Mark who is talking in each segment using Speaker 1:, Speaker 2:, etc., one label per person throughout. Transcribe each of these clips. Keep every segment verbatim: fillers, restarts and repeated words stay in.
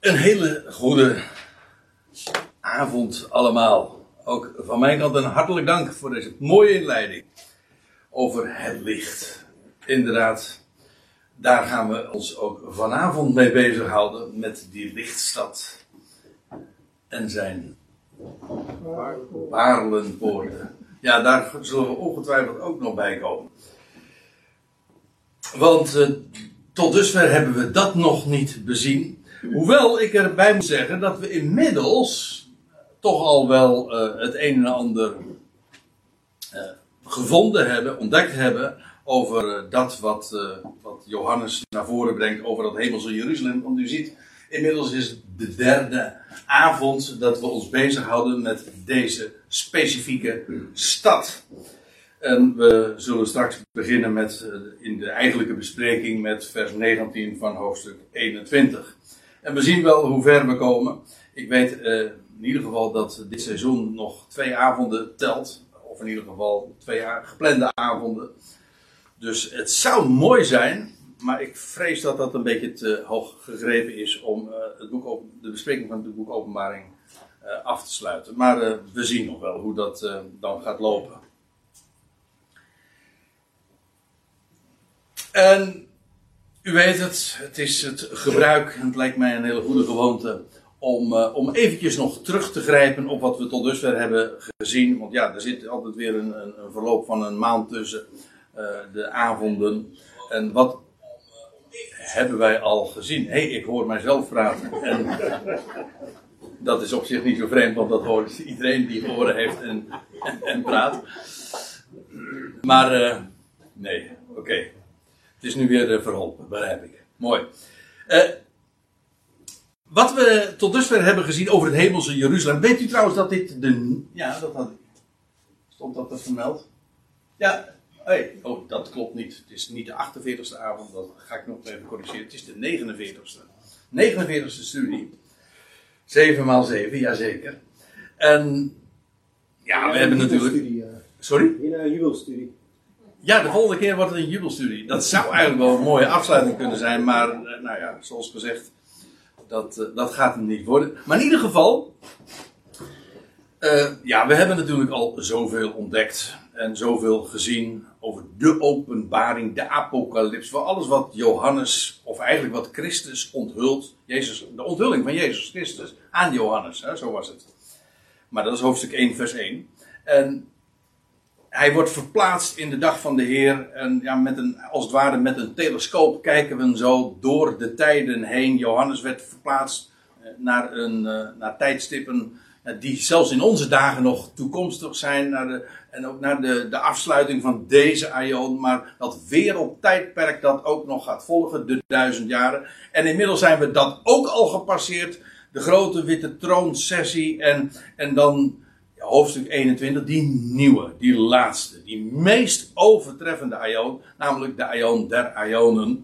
Speaker 1: Een hele goede avond allemaal. Ook van mijn kant een hartelijk dank voor deze mooie inleiding over het licht. Inderdaad, daar gaan we ons ook vanavond mee bezighouden met die lichtstad en zijn paarlenpoorten. Ja, daar zullen we ongetwijfeld ook nog bij komen. Want uh, tot dusver hebben we dat nog niet bezien. Hoewel ik erbij moet zeggen dat we inmiddels toch al wel uh, het een en ander uh, gevonden hebben, ontdekt hebben over uh, dat wat, uh, wat Johannes naar voren brengt over dat hemelse Jeruzalem. Want u ziet, inmiddels is het de derde avond dat we ons bezighouden met deze specifieke stad. En we zullen straks beginnen met uh, in de eigenlijke bespreking met vers negentien van hoofdstuk eenentwintig. En we zien wel hoe ver we komen. Ik weet uh, in ieder geval dat dit seizoen nog twee avonden telt. Of in ieder geval twee geplande avonden. Dus het zou mooi zijn. Maar ik vrees dat dat een beetje te hoog gegrepen is om uh, het boek op, de bespreking van het boek Openbaring uh, af te sluiten. Maar uh, we zien nog wel hoe dat uh, dan gaat lopen. En u weet het, het is het gebruik, en het lijkt mij een hele goede gewoonte, om, uh, om eventjes nog terug te grijpen op wat we tot dusver hebben gezien. Want ja, er zit altijd weer een, een, een verloop van een maand tussen uh, de avonden. En wat hebben wij al gezien? Hé, hey, ik hoor mijzelf praten. En dat is op zich niet zo vreemd, want dat hoort iedereen die oren heeft en, en, en praat. Maar uh, nee, oké. Okay. Het is nu weer uh, verholpen, begrijp ik. Mooi. Uh, wat we tot dusver hebben gezien over het hemelse Jeruzalem. Weet u trouwens dat dit de... Ja, dat had ik. Stond dat er vermeld? Ja. Hey. Oh, dat klopt niet. Het is niet de achtenveertigste avond. Dat ga ik nog even corrigeren. Het is de negenenveertigste. negenenveertigste studie. zeven maal zeven, jazeker. En... Ja, ja we hebben natuurlijk...
Speaker 2: Studie, uh,
Speaker 1: Sorry?
Speaker 2: In een jubelstudie.
Speaker 1: Ja, de volgende keer wordt het een jubelstudie. Dat zou eigenlijk wel een mooie afsluiting kunnen zijn. Maar, nou ja, zoals gezegd, dat, uh, dat gaat hem niet worden. Maar in ieder geval, uh, ja, we hebben natuurlijk al zoveel ontdekt. En zoveel gezien over de openbaring, de apocalyps. Voor alles wat Johannes, of eigenlijk wat Christus onthult. Jezus, de onthulling van Jezus Christus aan Johannes, hè, zo was het. Maar dat is hoofdstuk één, vers één. En... Hij wordt verplaatst in de dag van de Heer. En ja, met een, als het ware met een telescoop kijken we zo door de tijden heen. Johannes werd verplaatst naar, een, naar tijdstippen die zelfs in onze dagen nog toekomstig zijn. Naar de, en ook naar de, de afsluiting van deze aion. Maar dat wereldtijdperk dat ook nog gaat volgen, de duizend jaren. En inmiddels zijn we dat ook al gepasseerd. De grote witte troonsessie en, en dan... Hoofdstuk eenentwintig, die nieuwe, die laatste, die meest overtreffende aion, namelijk de aion der aionen.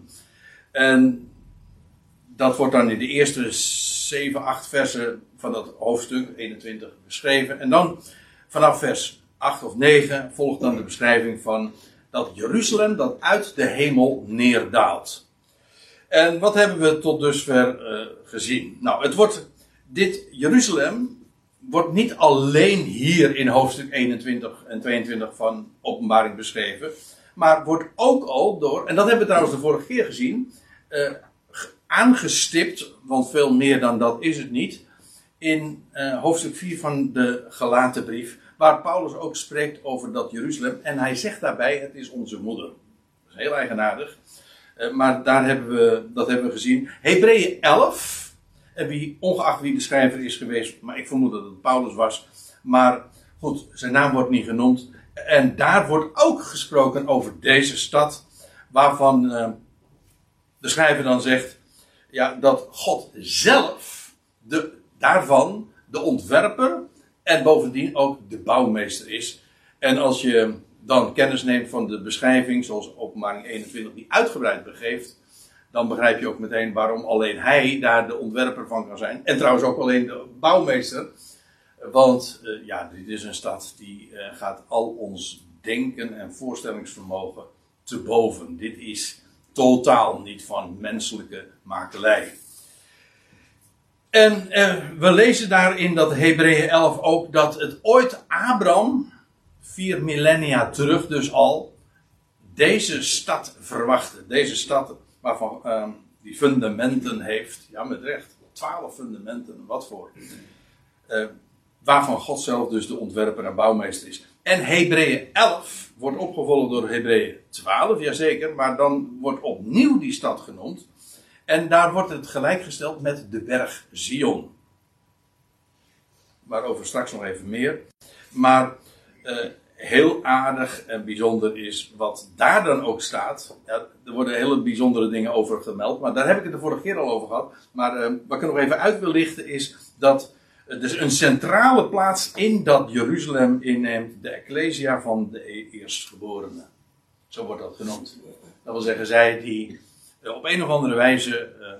Speaker 1: En dat wordt dan in de eerste zeven, acht versen van dat hoofdstuk eenentwintig beschreven. En dan vanaf vers acht of negen volgt dan de beschrijving van dat Jeruzalem dat uit de hemel neerdaalt. En wat hebben we tot dusver uh, gezien? Nou, het wordt dit Jeruzalem... wordt niet alleen hier in hoofdstuk eenentwintig en tweeëntwintig van Openbaring beschreven. Maar wordt ook al door, en dat hebben we trouwens de vorige keer gezien, uh, aangestipt, want veel meer dan dat is het niet, in uh, hoofdstuk vier van de Galatenbrief, waar Paulus ook spreekt over dat Jeruzalem. En hij zegt daarbij, het is onze moeder. Dat is heel eigenaardig. Uh, maar daar hebben we, dat hebben we gezien. Hebreeën elf... En wie, ongeacht wie de schrijver is geweest, maar ik vermoed dat het Paulus was. Maar goed, zijn naam wordt niet genoemd. En daar wordt ook gesproken over deze stad. Waarvan uh, de schrijver dan zegt, ja, dat God zelf de, daarvan de ontwerper en bovendien ook de bouwmeester is. En als je dan kennis neemt van de beschrijving, zoals Openbaring eenentwintig die uitgebreid begeeft, dan begrijp je ook meteen waarom alleen hij daar de ontwerper van kan zijn. En trouwens ook alleen de bouwmeester. Want uh, ja, dit is een stad die uh, gaat al ons denken en voorstellingsvermogen te boven. Dit is totaal niet van menselijke makelij. En eh, we lezen daar in dat Hebreeën elf ook dat het ooit Abraham, vier millennia terug dus al, deze stad verwachtte. Deze stad waarvan uh, die fundamenten heeft. Ja, met recht. Twaalf fundamenten. Wat voor. Uh, waarvan God zelf dus de ontwerper en bouwmeester is. En Hebreeën elf wordt opgevolgd door Hebreeën twaalf. Jazeker. Maar dan wordt opnieuw die stad genoemd. En daar wordt het gelijkgesteld met de berg Zion. Waarover straks nog even meer. Maar uh, heel aardig en bijzonder is wat daar dan ook staat. Ja, er worden hele bijzondere dingen over gemeld. Maar daar heb ik het de vorige keer al over gehad. Maar uh, wat ik er nog even uit wil lichten is dat uh, dus een centrale plaats in dat Jeruzalem inneemt de Ecclesia van de eerstgeborenen. Zo wordt dat genoemd. Dat wil zeggen, zij die uh, op een of andere wijze uh,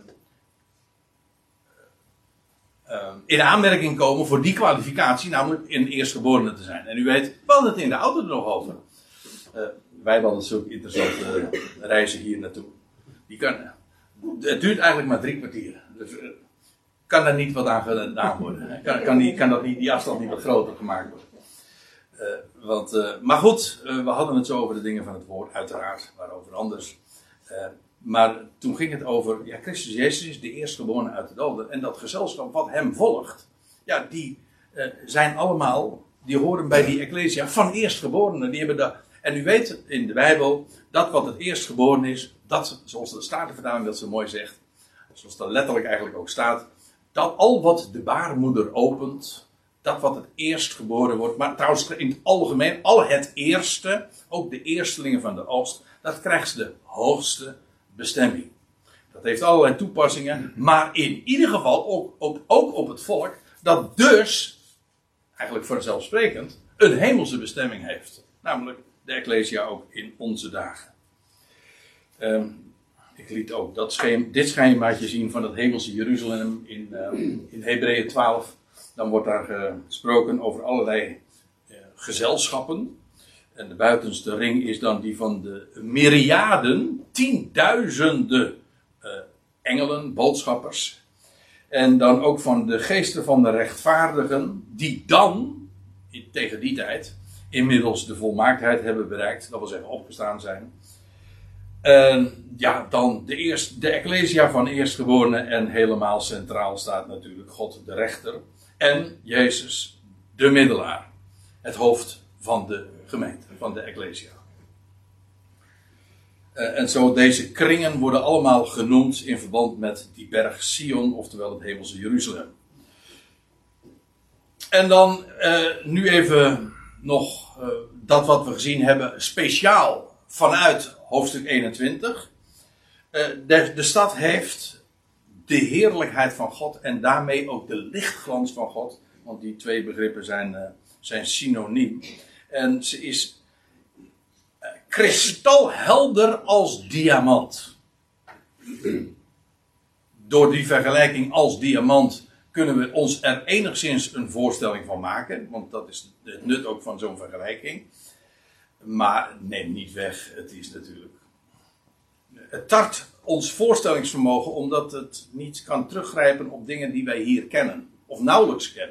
Speaker 1: uh, in aanmerking komen voor die kwalificatie, namelijk in eerstgeborene te zijn. En u weet, we hadden het in de auto er nog over. Uh, wij hadden zulke interessante uh, reizen hier naartoe. Die kan, het duurt eigenlijk maar drie kwartier. Dus uh, kan er niet wat aan gedaan worden. Kan, kan, die, kan dat niet, die afstand niet wat groter gemaakt worden. Uh, want, uh, maar goed, uh, we hadden het zo over de dingen van het woord, uiteraard, waarover anders. Uh, maar toen ging het over, ja, Christus Jezus is de eerstgeborene uit de doden. En dat gezelschap wat hem volgt, ja, die uh, zijn allemaal, die horen bij die Ecclesia van eerstgeborenen. Die hebben dat, en u weet in de Bijbel, dat wat het eerstgeboren is, dat, zoals de Statenvertaling dat zo mooi zegt, zoals dat letterlijk eigenlijk ook staat, dat al wat de baarmoeder opent, dat wat het eerst geboren wordt, maar trouwens in het algemeen, al het eerste, ook de eerstelingen van de oogst, dat krijgt de hoogste bestemming. Dat heeft allerlei toepassingen, maar in ieder geval ook op, ook op het volk, dat dus, eigenlijk vanzelfsprekend, een hemelse bestemming heeft. Namelijk de Ecclesia ook in onze dagen. Um, ik liet ook dat schema, dit schemaatje zien van het hemelse Jeruzalem in, um, in Hebreeën twaalf. Dan wordt daar gesproken over allerlei uh, gezelschappen. En de buitenste ring is dan die van de myriaden, tienduizenden uh, engelen, boodschappers. En dan ook van de geesten van de rechtvaardigen, die dan, in, tegen die tijd, inmiddels de volmaaktheid hebben bereikt. Dat wil zeggen opgestaan zijn. En ja, dan de, eerst, de Ecclesia van eerstgeborenen en helemaal centraal staat natuurlijk God de rechter. En Jezus de middelaar. Het hoofd van de gemeente, van de Ecclesia. Uh, en zo deze kringen worden allemaal genoemd in verband met die berg Sion, oftewel het hemelse Jeruzalem. En dan uh, nu even nog uh, dat wat we gezien hebben, speciaal vanuit hoofdstuk eenentwintig. Uh, de, de stad heeft de heerlijkheid van God en daarmee ook de lichtglans van God. Want die twee begrippen zijn, uh, zijn synoniem. En ze is uh, kristalhelder als diamant. Door die vergelijking als diamant kunnen we ons er enigszins een voorstelling van maken. Want dat is het nut ook van zo'n vergelijking. Maar neem niet weg, het is natuurlijk... Het tart ons voorstellingsvermogen omdat het niet kan teruggrijpen op dingen die wij hier kennen. Of nauwelijks kennen.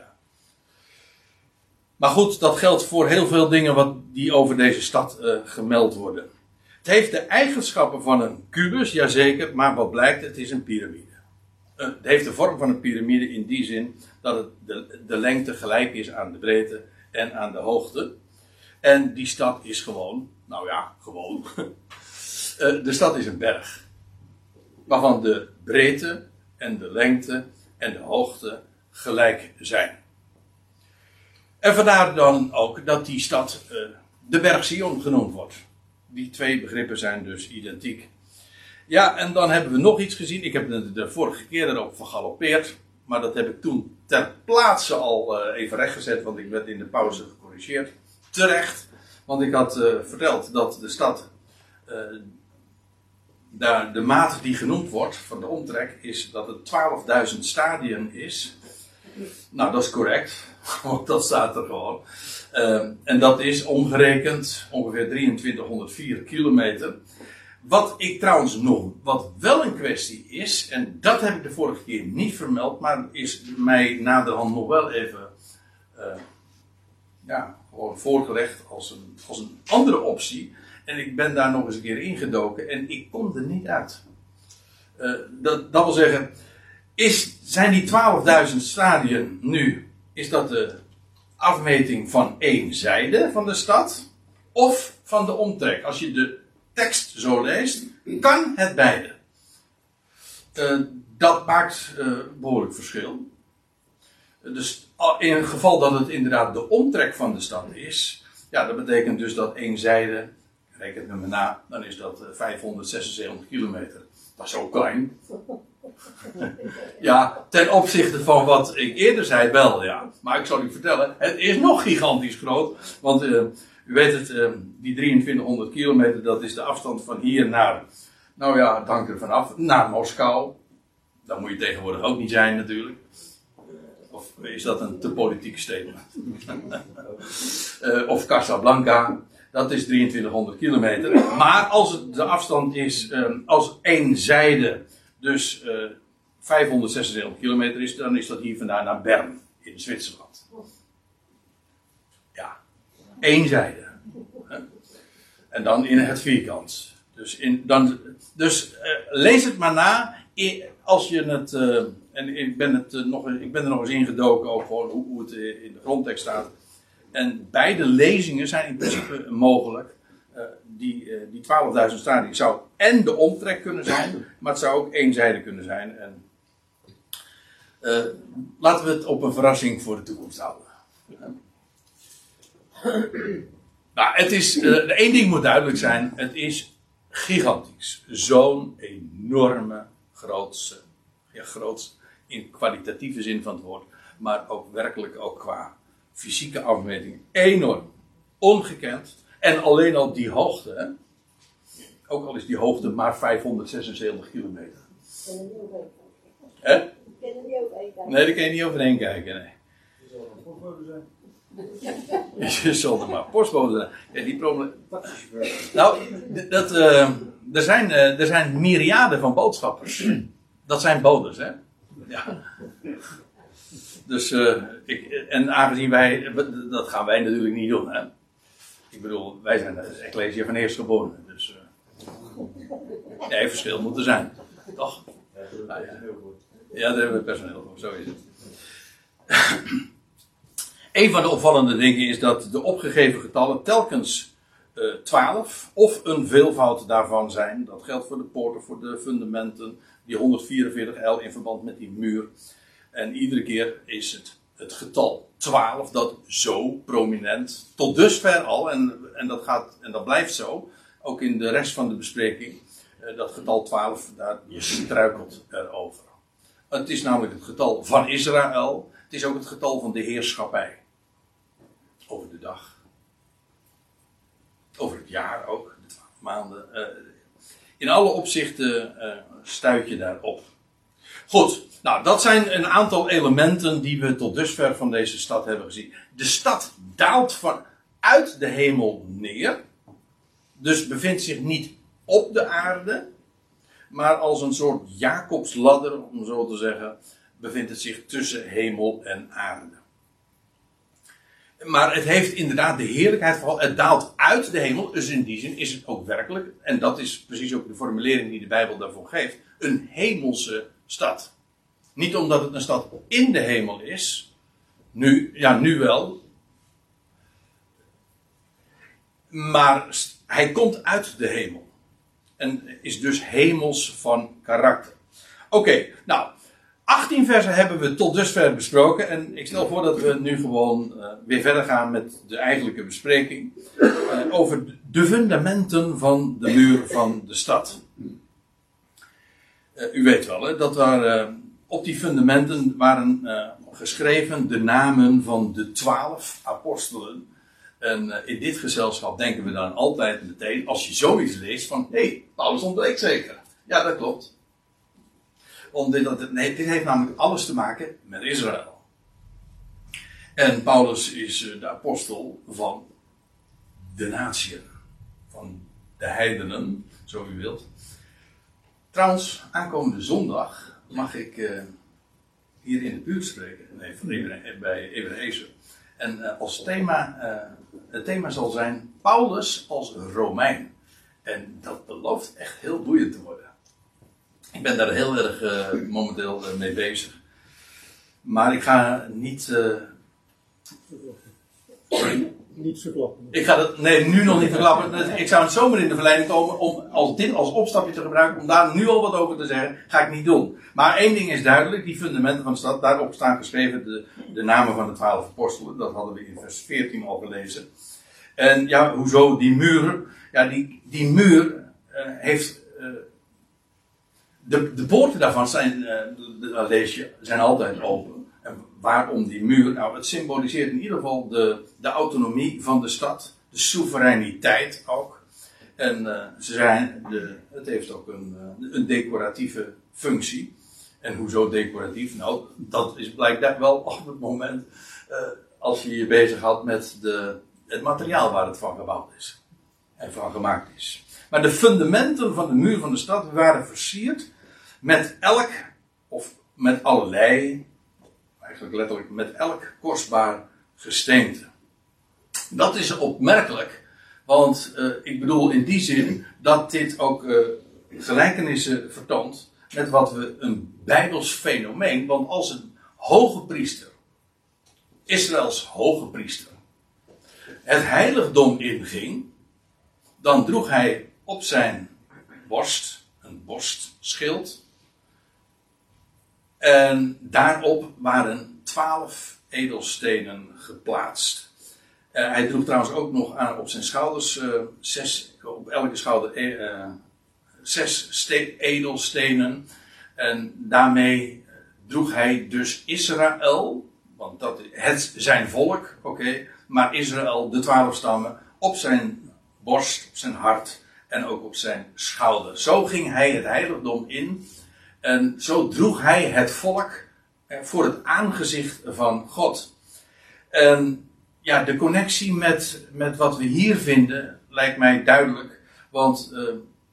Speaker 1: Maar goed, dat geldt voor heel veel dingen wat die over deze stad uh, gemeld worden. Het heeft de eigenschappen van een kubus, jazeker, maar wat blijkt, het is een piramide. Uh, het heeft de vorm van een piramide in die zin dat het de, de lengte gelijk is aan de breedte en aan de hoogte. En die stad is gewoon, nou ja, gewoon. uh, de stad is een berg. Waarvan de breedte en de lengte en de hoogte gelijk zijn. En vandaar dan ook dat die stad uh, de berg Sion genoemd wordt. Die twee begrippen zijn dus identiek. Ja, en dan hebben we nog iets gezien. Ik heb de, de vorige keer erop vergalopeerd. Maar dat heb ik toen ter plaatse al uh, even rechtgezet. Want ik werd in de pauze gecorrigeerd. Terecht. Want ik had uh, verteld dat de stad... Uh, daar de maat die genoemd wordt van de omtrek is dat het twaalfduizend stadien is. Nou, dat is correct. Want dat staat er gewoon. Uh, en dat is omgerekend ongeveer drieëntwintighonderdvier kilometer. Wat ik trouwens nog, wat wel een kwestie is, en dat heb ik de vorige keer niet vermeld, maar is mij naderhand nog wel even uh, ja, gewoon voorgelegd als een, als een andere optie. En ik ben daar nog eens een keer ingedoken en ik kom er niet uit. Uh, dat, dat wil zeggen, is, zijn die twaalfduizend stadien nu, is dat de afmeting van één zijde van de stad of van de omtrek? Als je de tekst zo leest, kan het beide. Uh, dat maakt uh, behoorlijk verschil. Uh, dus in het geval dat het inderdaad de omtrek van de stad is, ja, dat betekent dus dat één zijde, reken het met me na, dan is dat uh, vijfhonderdzesenzeventig kilometer. Dat is ook klein. Ja, ten opzichte van wat ik eerder zei, wel, ja. Maar ik zal u vertellen, het is nog gigantisch groot. Want uh, u weet het, uh, die drieëntwintighonderd kilometer, dat is de afstand van hier naar, nou ja, het hangt er vanaf, naar Moskou. Daar moet je tegenwoordig ook niet zijn natuurlijk. Of is dat een te politieke statement? uh, of Casablanca. Dat is drieëntwintighonderd kilometer. Maar als het de afstand is, um, als één zijde dus uh, vijfhonderdzesenzeventig kilometer is, dan is dat hier vandaan naar Bern in Zwitserland. Ja, één zijde. Huh? En dan in het vierkant. Dus, in, dan, dus uh, lees het maar na. Als je het, uh, en ik ben, het, uh, nog, ik ben er nog eens ingedoken, ook gewoon hoe, hoe het uh, in de grondtekst staat. En beide lezingen zijn in principe mogelijk. Uh, die uh, die twaalfduizend stadia zou en de omtrek kunnen zijn, maar het zou ook eenzijdig kunnen zijn. En, uh, laten we het op een verrassing voor de toekomst houden. Nou, het is, uh, één ding moet duidelijk zijn, het is gigantisch. Zo'n enorme, grootse, ja, groot in kwalitatieve zin van het woord, maar ook werkelijk ook qua fysieke afmeting enorm. Ongekend. En alleen al die hoogte, hè? Ook al is die hoogte maar vijfhonderdzesenzeventig kilometer. Hè? Nee, daar kan je niet overheen kijken, nee.
Speaker 2: Je zal een postbode zijn.
Speaker 1: Je zal er maar postbode zijn. Ja, die probleem... Nou, dat, uh, er, zijn, uh, er zijn myriaden van boodschappers. Dat zijn bodes, hè? Ja. Dus, uh, ik, en aangezien wij, dat gaan wij natuurlijk niet doen, hè. Ik bedoel, wij zijn de Ecclesia van eerstgeborenen, dus uh, nee, verschil moet er zijn, toch?
Speaker 2: Ja, daar hebben we personeel voor.
Speaker 1: Ja, daar hebben we personeel voor, zo is het. Een van de opvallende dingen is dat de opgegeven getallen telkens uh, twaalf of een veelvoud daarvan zijn. Dat geldt voor de poorten, voor de fundamenten, die honderdvierenveertig el in verband met die muur. En iedere keer is het het getal twaalf dat zo prominent, tot dusver al, en, en, dat, gaat, en dat blijft zo, ook in de rest van de bespreking, uh, dat getal twaalf, daar, je struikelt erover. Het is namelijk het getal van Israël, het is ook het getal van de heerschappij. Over de dag. Over het jaar ook, de twaalf maanden. Uh, in alle opzichten uh, stuit je daarop. Goed, nou dat zijn een aantal elementen die we tot dusver van deze stad hebben gezien. De stad daalt van uit de hemel neer. Dus bevindt zich niet op de aarde. Maar als een soort Jacobsladder, om zo te zeggen, bevindt het zich tussen hemel en aarde. Maar het heeft inderdaad de heerlijkheid van, het daalt uit de hemel, dus in die zin is het ook werkelijk, en dat is precies ook de formulering die de Bijbel daarvoor geeft, een hemelse stad. Niet omdat het een stad in de hemel is, nu, ja nu wel, maar hij komt uit de hemel. En is dus hemels van karakter. Oké, okay, nou, achttien versen hebben we tot dusver besproken. En ik stel voor dat we nu gewoon uh, weer verder gaan met de eigenlijke bespreking. Uh, over de fundamenten van de muur van de stad. Uh, u weet wel, hè, dat daar uh, op die fundamenten waren uh, geschreven de namen van de twaalf apostelen. En uh, in dit gezelschap denken we dan altijd meteen, als je zoiets leest, van hé, hey, Paulus ontbreekt zeker. Ja, dat klopt. Omdat het, nee, dit heeft namelijk alles te maken met Israël. En Paulus is uh, de apostel van de natieën. Van de heidenen, zo u wilt. Trouwens, aankomende zondag mag ik uh, hier in de buurt spreken, nee, van Eben, bij Ebenezer. En uh, als thema, uh, het thema zal zijn Paulus als Romein. En dat belooft echt heel boeiend te worden. Ik ben daar heel erg uh, momenteel uh, mee bezig. Maar ik ga niet... Uh... Sorry?
Speaker 2: Niet verklappen.
Speaker 1: Ik ga dat, nee, nu nog niet verklappen. Ik zou het zomaar in de verleiding komen om als dit als opstapje te gebruiken, om daar nu al wat over te zeggen, ga ik niet doen. Maar één ding is duidelijk, die fundamenten van de stad, daarop staan geschreven de, de namen van de twaalf apostelen. Dat hadden we in vers veertien al gelezen. En ja, hoezo die muur? Ja, die, die muur uh, heeft... Uh, de, de poorten daarvan zijn, uh, dat lees je, zijn altijd open. En waarom die muur? Nou, het symboliseert in ieder geval de, de autonomie van de stad. De soevereiniteit ook. En uh, ze zijn de, het heeft ook een, uh, een decoratieve functie. En hoezo decoratief? Nou, dat is blijkbaar wel op het moment uh, als je je bezighoudt met de, het materiaal waar het van gebouwd is. En van gemaakt is. Maar de fundamenten van de muur van de stad waren versierd met elk, of met allerlei, eigenlijk letterlijk met elk kostbaar gesteente. Dat is opmerkelijk, want uh, ik bedoel in die zin dat dit ook uh, gelijkenissen vertoont met wat we een bijbels fenomeen, want als een hoge priester, Israëls hoge priester, het heiligdom inging, dan droeg hij op zijn borst een borstschild. En daarop waren twaalf edelstenen geplaatst. Uh, hij droeg trouwens ook nog aan op zijn schouders uh, zes, op elke schouder uh, zes ste- edelstenen. En daarmee droeg hij dus Israël, want dat is het, zijn volk, oké, okay, maar Israël, de twaalf stammen, op zijn borst, op zijn hart en ook op zijn schouder. Zo ging hij het heiligdom in. En zo droeg hij het volk voor het aangezicht van God. En ja, de connectie met, met wat we hier vinden lijkt mij duidelijk. Want uh,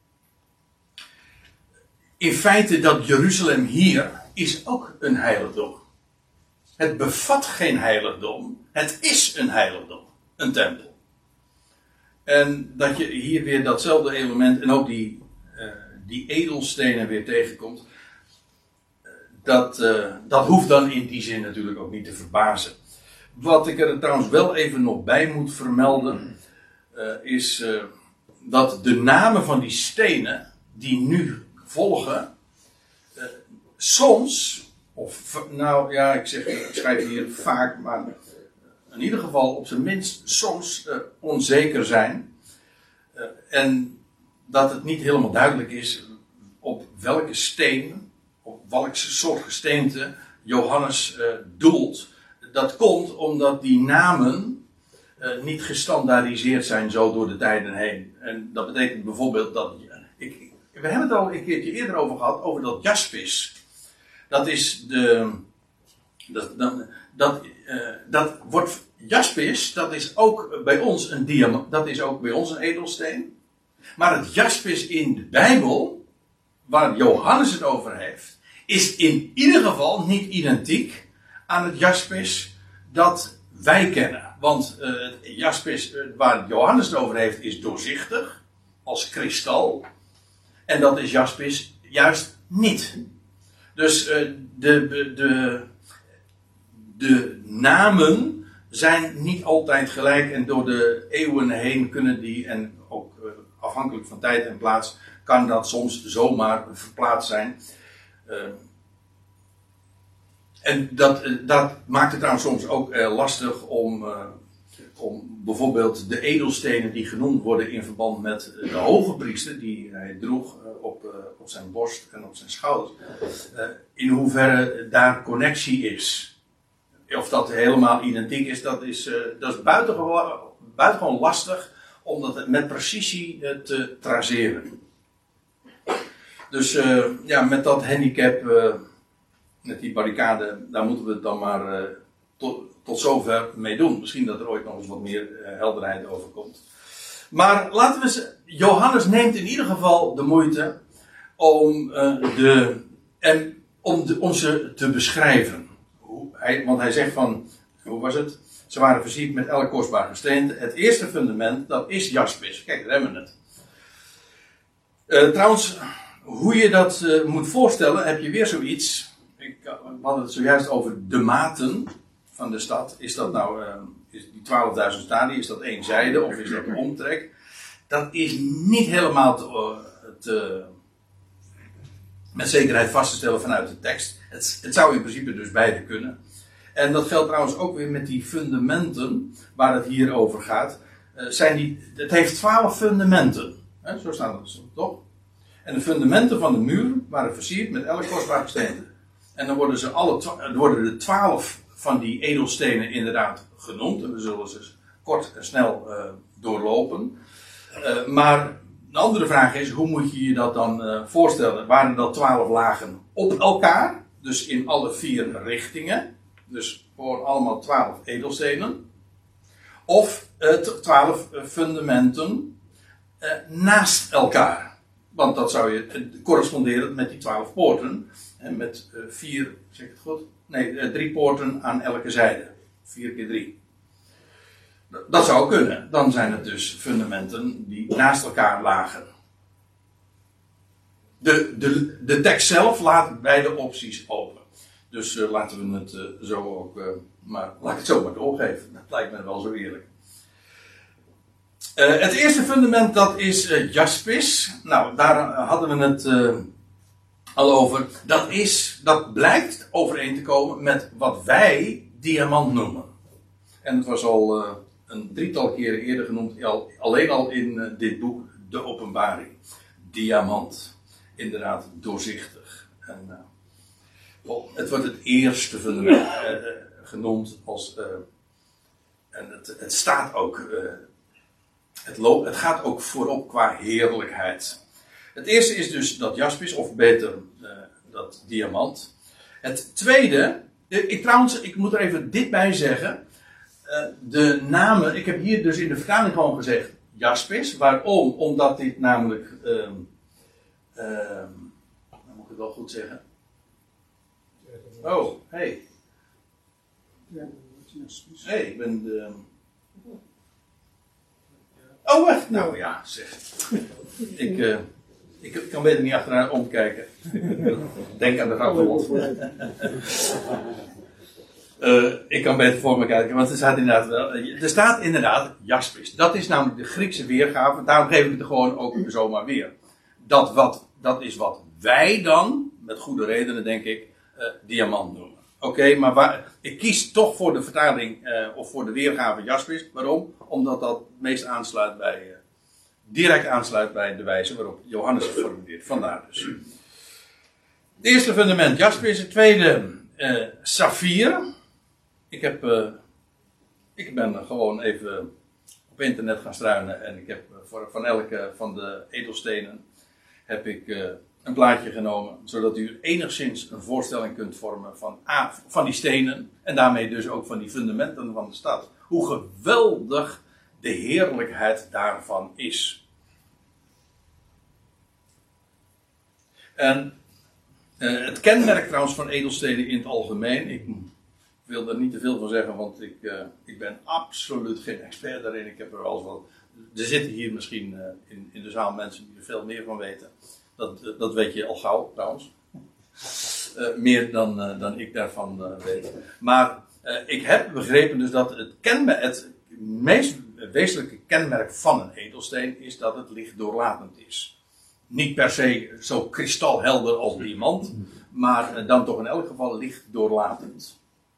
Speaker 1: in feite dat Jeruzalem hier is ook een heiligdom. Het bevat geen heiligdom. Het is een heiligdom. Een tempel. En dat je hier weer datzelfde element en ook die, uh, die edelstenen weer tegenkomt. Dat, uh, dat hoeft dan in die zin natuurlijk ook niet te verbazen. Wat ik er trouwens wel even nog bij moet vermelden, uh, is uh, dat de namen van die stenen die nu volgen, uh, soms, of nou ja, ik zeg, ik schrijf hier vaak, maar in ieder geval op zijn minst soms uh, onzeker zijn. Uh, en dat het niet helemaal duidelijk is op welke steen, op welk soort gesteente Johannes uh, doelt. Dat komt omdat die namen uh, niet gestandaardiseerd zijn zo door de tijden heen. En dat betekent bijvoorbeeld dat... Ik, we hebben het al een keertje eerder over gehad, over dat jaspis. Dat is de... Dat, dat, dat, uh, dat wordt... Jaspis, dat is ook bij ons een diamant. Dat is ook bij ons een edelsteen. Maar het jaspis in de Bijbel, waar Johannes het over heeft, is in ieder geval niet identiek aan het jaspis dat wij kennen. Want uh, het jaspis uh, waar Johannes het over heeft is doorzichtig, als kristal. En dat is jaspis juist niet. Dus uh, de, de, de namen zijn niet altijd gelijk en door de eeuwen heen kunnen die, en ook uh, afhankelijk van tijd en plaats, kan dat soms zomaar verplaatst zijn. Uh, en dat, uh, dat maakt het trouwens soms ook uh, lastig om, uh, om bijvoorbeeld de edelstenen die genoemd worden in verband met de hoge priester die hij droeg uh, op, uh, op zijn borst en op zijn schouders, uh, in hoeverre daar connectie is. Of dat helemaal identiek is, dat is, uh, dat is buitengewoon, buitengewoon lastig om dat met precisie uh, te traceren. Dus uh, ja, met dat handicap, uh, met die barricade, daar moeten we het dan maar uh, tot, tot zover mee doen. Misschien dat er ooit nog eens wat meer uh, helderheid over komt. Maar laten we eens, Johannes neemt in ieder geval de moeite om, uh, de, en, om, de, om ze te beschrijven. Hoe, hij, want hij zegt van, hoe was het? Ze waren versierd met elk kostbaar gesteente. Het eerste fundament, dat is jaspis. Kijk, daar hebben we het. Uh, trouwens, hoe je dat uh, moet voorstellen, heb je weer zoiets. Ik, uh, we hadden het zojuist over de maten van de stad. Is dat nou, uh, is die twaalfduizend stadia, is dat één zijde of is dat een omtrek? Dat is niet helemaal te, uh, te, met zekerheid vast te stellen vanuit de tekst. Het, het zou in principe dus beide kunnen. En dat geldt trouwens ook weer met die fundamenten waar het hier over gaat. Uh, zijn die, het heeft twaalf fundamenten. He, zo staat het toch? En de fundamenten van de muur waren versierd met elk kostbaar gesteente. En dan worden, ze alle twa- dan worden de twaalf van die edelstenen inderdaad genoemd. En we zullen ze kort en snel uh, doorlopen. Uh, maar een andere vraag is, hoe moet je je dat dan uh, voorstellen? Waren dat twaalf lagen op elkaar? Dus in alle vier richtingen. Dus gewoon allemaal twaalf edelstenen. Of twaalf uh, fundamenten uh, naast elkaar. Want dat zou je uh, corresponderen met die twaalf poorten. En met uh, vier, zeg ik het goed? Nee, uh, drie poorten aan elke zijde. Vier keer drie. Dat zou kunnen. Dan zijn het dus fundamenten die naast elkaar lagen. De, de, de tekst zelf laat beide opties open. Dus uh, laten we het uh, zo ook, uh, maar laat ik het zo maar doorgeven. Dat lijkt me wel zo eerlijk. Uh, het eerste fundament, dat is uh, jaspis. Nou, daar uh, hadden we het uh, al over. Dat is, dat blijkt overeen te komen met wat wij diamant noemen. En het was al uh, een drietal keren eerder genoemd, al, alleen al in uh, dit boek, De Openbaring. Diamant. Inderdaad, doorzichtig. En, uh, Oh, het wordt het eerste fundament uh, uh, genoemd als. Uh, en het, het staat ook. Uh, het, loopt, het gaat ook voorop qua heerlijkheid. Het eerste is dus dat jaspis, of beter uh, dat diamant. Het tweede. Uh, ik, trouwens, ik moet er even dit bij zeggen. Uh, de namen. Ik heb hier dus in de vertaling gewoon gezegd jaspis. Waarom? Omdat dit namelijk. Uh, uh, dan moet ik het wel goed zeggen. Oh, hey. Hey, ik ben de... Oh, wacht. Nou ja, zeg. Ik, uh, ik, ik kan beter niet achteraan omkijken. Denk aan de grafgrond. uh, ik kan beter voor me kijken, want er staat inderdaad wel... Er staat inderdaad jaspis. Dat is namelijk de Griekse weergave. Daarom geef ik het er gewoon ook zomaar weer. Dat, wat, dat is wat wij dan, met goede redenen denk ik, uh, diamant noemen. Oké, okay, maar waar, ik kies toch voor de vertaling uh, of voor de weergave jaspis. Waarom? Omdat dat het meest aansluit bij, uh, direct aansluit bij de wijze waarop Johannes het formuleert. Vandaar dus. Het eerste fundament jaspis, het tweede uh, saffier. Ik heb, uh, ik ben gewoon even op internet gaan struinen en ik heb uh, voor, van elke van de edelstenen heb ik uh, een plaatje genomen, zodat u enigszins een voorstelling kunt vormen van, ah, van die stenen en daarmee dus ook van die fundamenten van de stad. Hoe geweldig de heerlijkheid daarvan is. En uh, het kenmerk trouwens van edelstenen in het algemeen, ik wil er niet te veel van zeggen, want ik, uh, ik ben absoluut geen expert daarin. Ik heb er wel eens wat. Er zitten hier misschien uh, in, in de zaal mensen die er veel meer van weten. Dat, uh, dat weet je al gauw trouwens. Uh, meer dan, uh, dan ik daarvan uh, weet. Maar uh, ik heb begrepen dus dat het, kenmerk, het meest wezenlijke kenmerk van een edelsteen is dat het lichtdoorlatend is. Niet per se zo kristalhelder als diamant, maar uh, dan toch in elk geval lichtdoorlatend.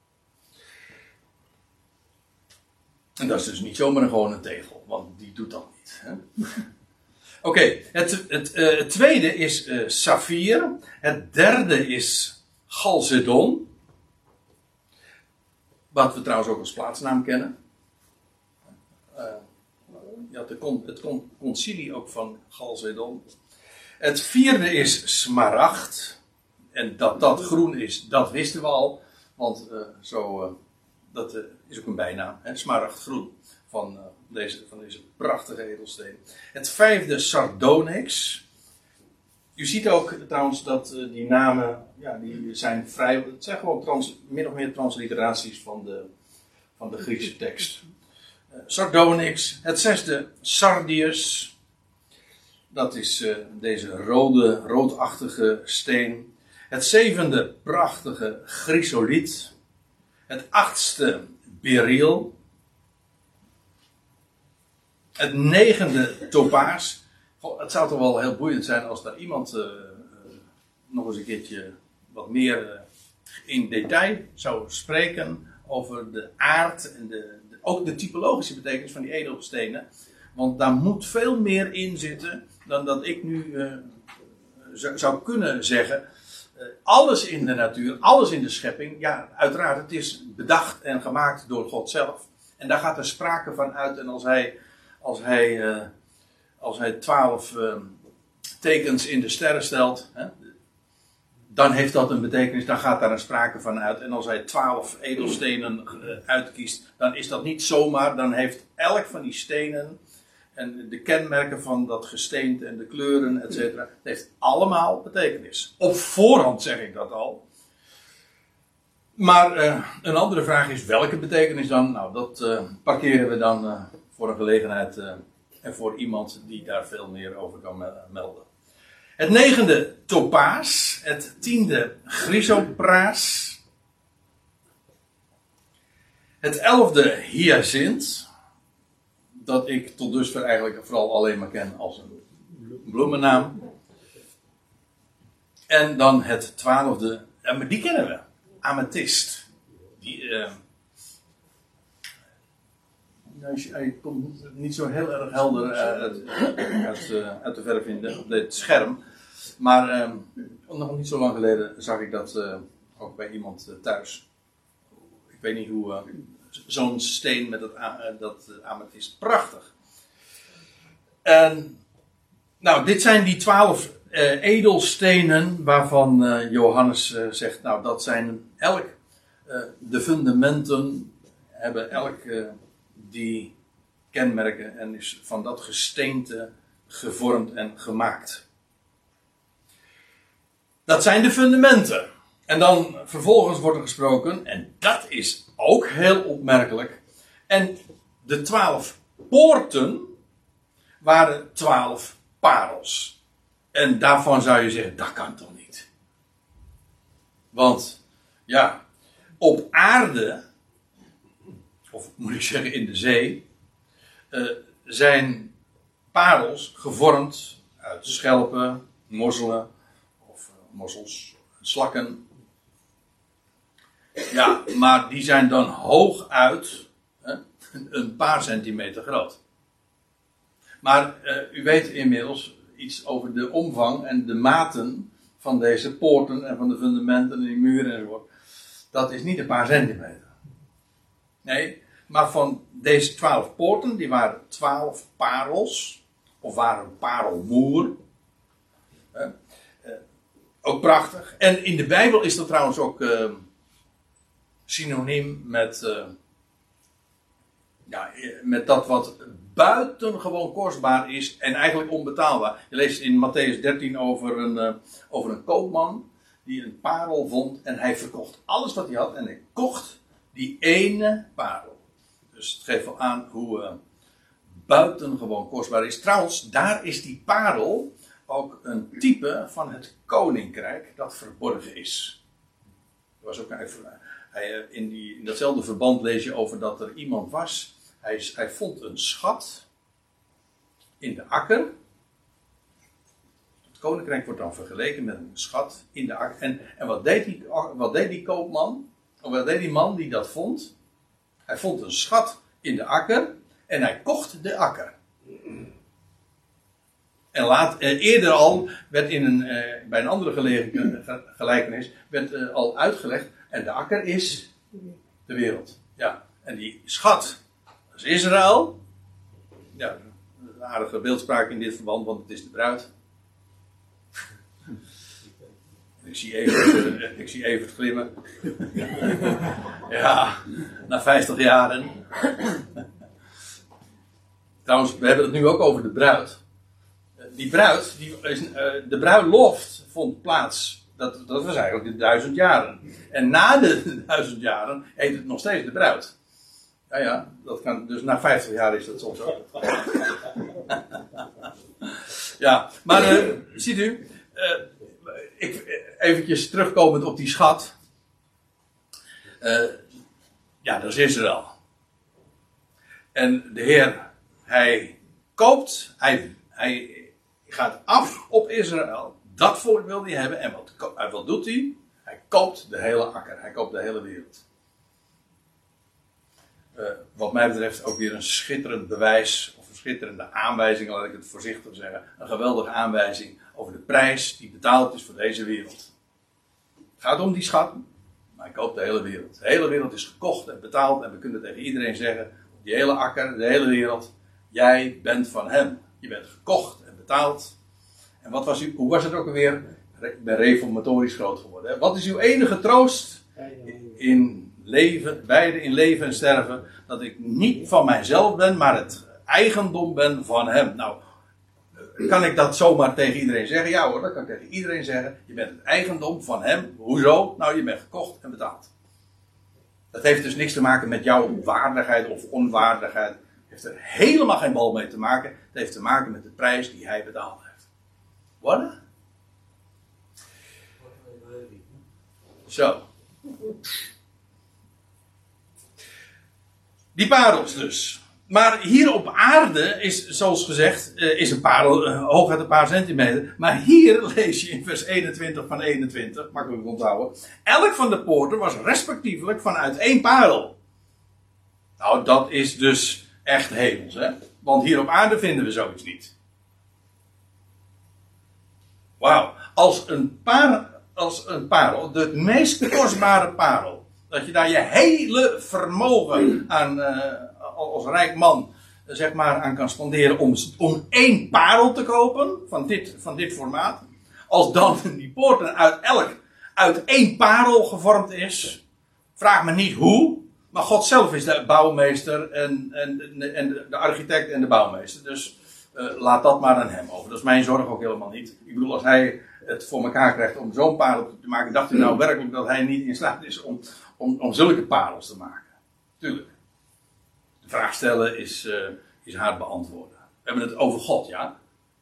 Speaker 1: En dat is dus niet zomaar een gewone tegel, want die doet dat niet. Oké, okay, het, het, uh, het tweede is uh, saffier. Het derde is chalcedon. Wat we trouwens ook als plaatsnaam kennen. Uh, je had de con, het con, concilie ook van Chalcedon. Het vierde is smaragd. En dat dat groen is, dat wisten we al. Want uh, zo... Uh, dat uh, is ook een bijnaam. Hè? Smaragdgroen van, uh, deze, van deze prachtige edelsteen. Het vijfde sardonyx. U ziet ook trouwens dat uh, die namen, ja, die zijn vrij, het zijn gewoon trans, min of meer transliteraties van de, van de Griekse tekst. Uh, sardonyx. Het zesde sardius. Dat is uh, deze rode, roodachtige steen. Het zevende prachtige chrysoliet. Het achtste beryl. Het negende topaas. Goh, het zou toch wel heel boeiend zijn als daar iemand uh, uh, nog eens een keertje wat meer uh, in detail zou spreken over de aard en de, de, ook de typologische betekenis van die edelstenen. Want daar moet veel meer in zitten dan dat ik nu uh, zou, zou kunnen zeggen. Uh, alles in de natuur, alles in de schepping, ja, uiteraard, het is bedacht en gemaakt door God zelf. En daar gaat er sprake van uit. En als hij, als hij, uh, als hij twaalf uh, tekens in de sterren stelt, hè, dan heeft dat een betekenis, dan gaat daar een sprake van uit. En als hij twaalf edelstenen uh, uitkiest, dan is dat niet zomaar, dan heeft elk van die stenen en de kenmerken van dat gesteente en de kleuren, et cetera, het heeft allemaal betekenis. Op voorhand zeg ik dat al. Maar uh, een andere vraag is, welke betekenis dan? Nou, dat uh, parkeren we dan uh, voor een gelegenheid uh, en voor iemand die daar veel meer over kan melden. Het negende topaas, het tiende chrysopraas, het elfde hyacint, dat ik tot dusver eigenlijk vooral alleen maar ken als een bloemennaam. En dan het twaalfde, ja, maar die kennen we, amethyst. Die, uh, hij komt niet zo heel erg helder uh, uit, uit, uh, uit de verf vinden op dit scherm. Maar uh, nog niet zo lang geleden zag ik dat uh, ook bij iemand uh, thuis. Ik weet niet hoe... Uh, zo'n steen met dat, uh, dat uh, amethyst. Prachtig. En, nou, dit zijn die twaalf uh, edelstenen waarvan uh, Johannes uh, zegt, nou, dat zijn elk uh, de fundamenten hebben elk uh, die kenmerken en is van dat gesteente gevormd en gemaakt. Dat zijn de fundamenten. En dan vervolgens wordt er gesproken, en dat is ook heel opmerkelijk. En de twaalf poorten waren twaalf parels. En daarvan zou je zeggen, dat kan toch niet? Want, ja, op aarde, of moet ik zeggen in de zee, uh, zijn parels gevormd uit schelpen, mosselen, of uh, mossels, slakken. Ja, maar die zijn dan hooguit hè, een paar centimeter groot. Maar uh, u weet inmiddels iets over de omvang en de maten van deze poorten en van de fundamenten en die muren enzovoort. Dat is niet een paar centimeter. Nee, maar van deze twaalf poorten, die waren twaalf parels, of waren parelmoer. Uh, uh, ook prachtig. En in de Bijbel is dat trouwens ook... Uh, synoniem met, uh, ja, met dat wat buitengewoon kostbaar is en eigenlijk onbetaalbaar. Je leest in Matthäus dertien over een, uh, over een koopman die een parel vond en hij verkocht alles wat hij had en hij kocht die ene parel. Dus het geeft wel aan hoe uh, buitengewoon kostbaar is. Trouwens, daar is die parel ook een type van het koninkrijk dat verborgen is. Er was ook een... Hij, in, die, in datzelfde verband lees je over dat er iemand was. Hij, hij vond een schat in de akker. Het koninkrijk wordt dan vergeleken met een schat in de akker. En, en wat, deed die, wat deed die koopman? Of wat deed die man die dat vond? Hij vond een schat in de akker. En hij kocht de akker. En laat, eh, eerder al werd in een, eh, bij een andere gelegen, gelijkenis werd eh, al uitgelegd. En de akker is de wereld. Ja. En die schat, dat is Israël. Ja, een aardige beeldspraak in dit verband, want het is de bruid. Ik zie Evert, ik zie Evert glimmen. Ja, Na vijftig jaren. Trouwens, we hebben het nu ook over de bruid. Die bruid, die is, uh, de bruiloft vond plaats. Dat, dat was eigenlijk de duizend jaren. En na de duizend jaren heet het nog steeds de bruid. Ja, ja, dat kan, dus na vijftig jaar is dat soms ook. Ja, maar uh, ziet u, uh, ik, eventjes terugkomend op die schat. Uh, ja, dat is Israël. En de Heer, hij koopt, hij, hij gaat af op Israël. Dat volk wil hij hebben. En wat, wat doet hij? Hij koopt de hele akker. Hij koopt de hele wereld. Uh, wat mij betreft ook weer een schitterend bewijs. Of een schitterende aanwijzing, laat ik het voorzichtig zeggen. Een geweldige aanwijzing over de prijs die betaald is voor deze wereld. Het gaat om die schat. Maar hij koopt de hele wereld. De hele wereld is gekocht en betaald. En we kunnen tegen iedereen zeggen. Die hele akker, de hele wereld. Jij bent van hem. Je bent gekocht en betaald. En wat was u, hoe was het ook alweer? Ik ben reformatorisch groot geworden. Hè? Wat is uw enige troost in leven, beide in leven en sterven? Dat ik niet van mijzelf ben, maar het eigendom ben van hem. Nou, kan ik dat zomaar tegen iedereen zeggen? Ja hoor, dat kan ik tegen iedereen zeggen. Je bent het eigendom van hem. Hoezo? Nou, je bent gekocht en betaald. Dat heeft dus niks te maken met jouw waardigheid of onwaardigheid. Het heeft er helemaal geen bal mee te maken. Het heeft te maken met de prijs die hij betaald heeft. Wat? Zo. Die parels dus. Maar hier op aarde is, zoals gezegd, is een parel uh, hooguit een paar centimeter. Maar hier lees je in vers eenentwintig van eenentwintig, makkelijk onthouden. Elk van de poorten was respectievelijk vanuit één parel. Nou, dat is dus echt hemels, hè. Want hier op aarde vinden we zoiets niet. Wauw. Als een, paar, als een parel, de meest kostbare parel. Dat je daar je hele vermogen aan, uh, als rijk man, zeg maar, aan kan spenderen om, om één parel te kopen. Van dit, van dit formaat. Als dan die poorten uit elk, uit één parel gevormd is. Vraag me niet hoe. Maar God zelf is de bouwmeester en, en, en de architect en de bouwmeester. Dus uh, laat dat maar aan hem over. Dat is mijn zorg ook helemaal niet. Ik bedoel, als hij het voor elkaar krijgt om zo'n parel te maken, dacht u nou werkelijk dat hij niet in staat is om, om, om zulke parels te maken? Tuurlijk. De vraag stellen is, uh, is haar beantwoorden. We hebben het over God, ja?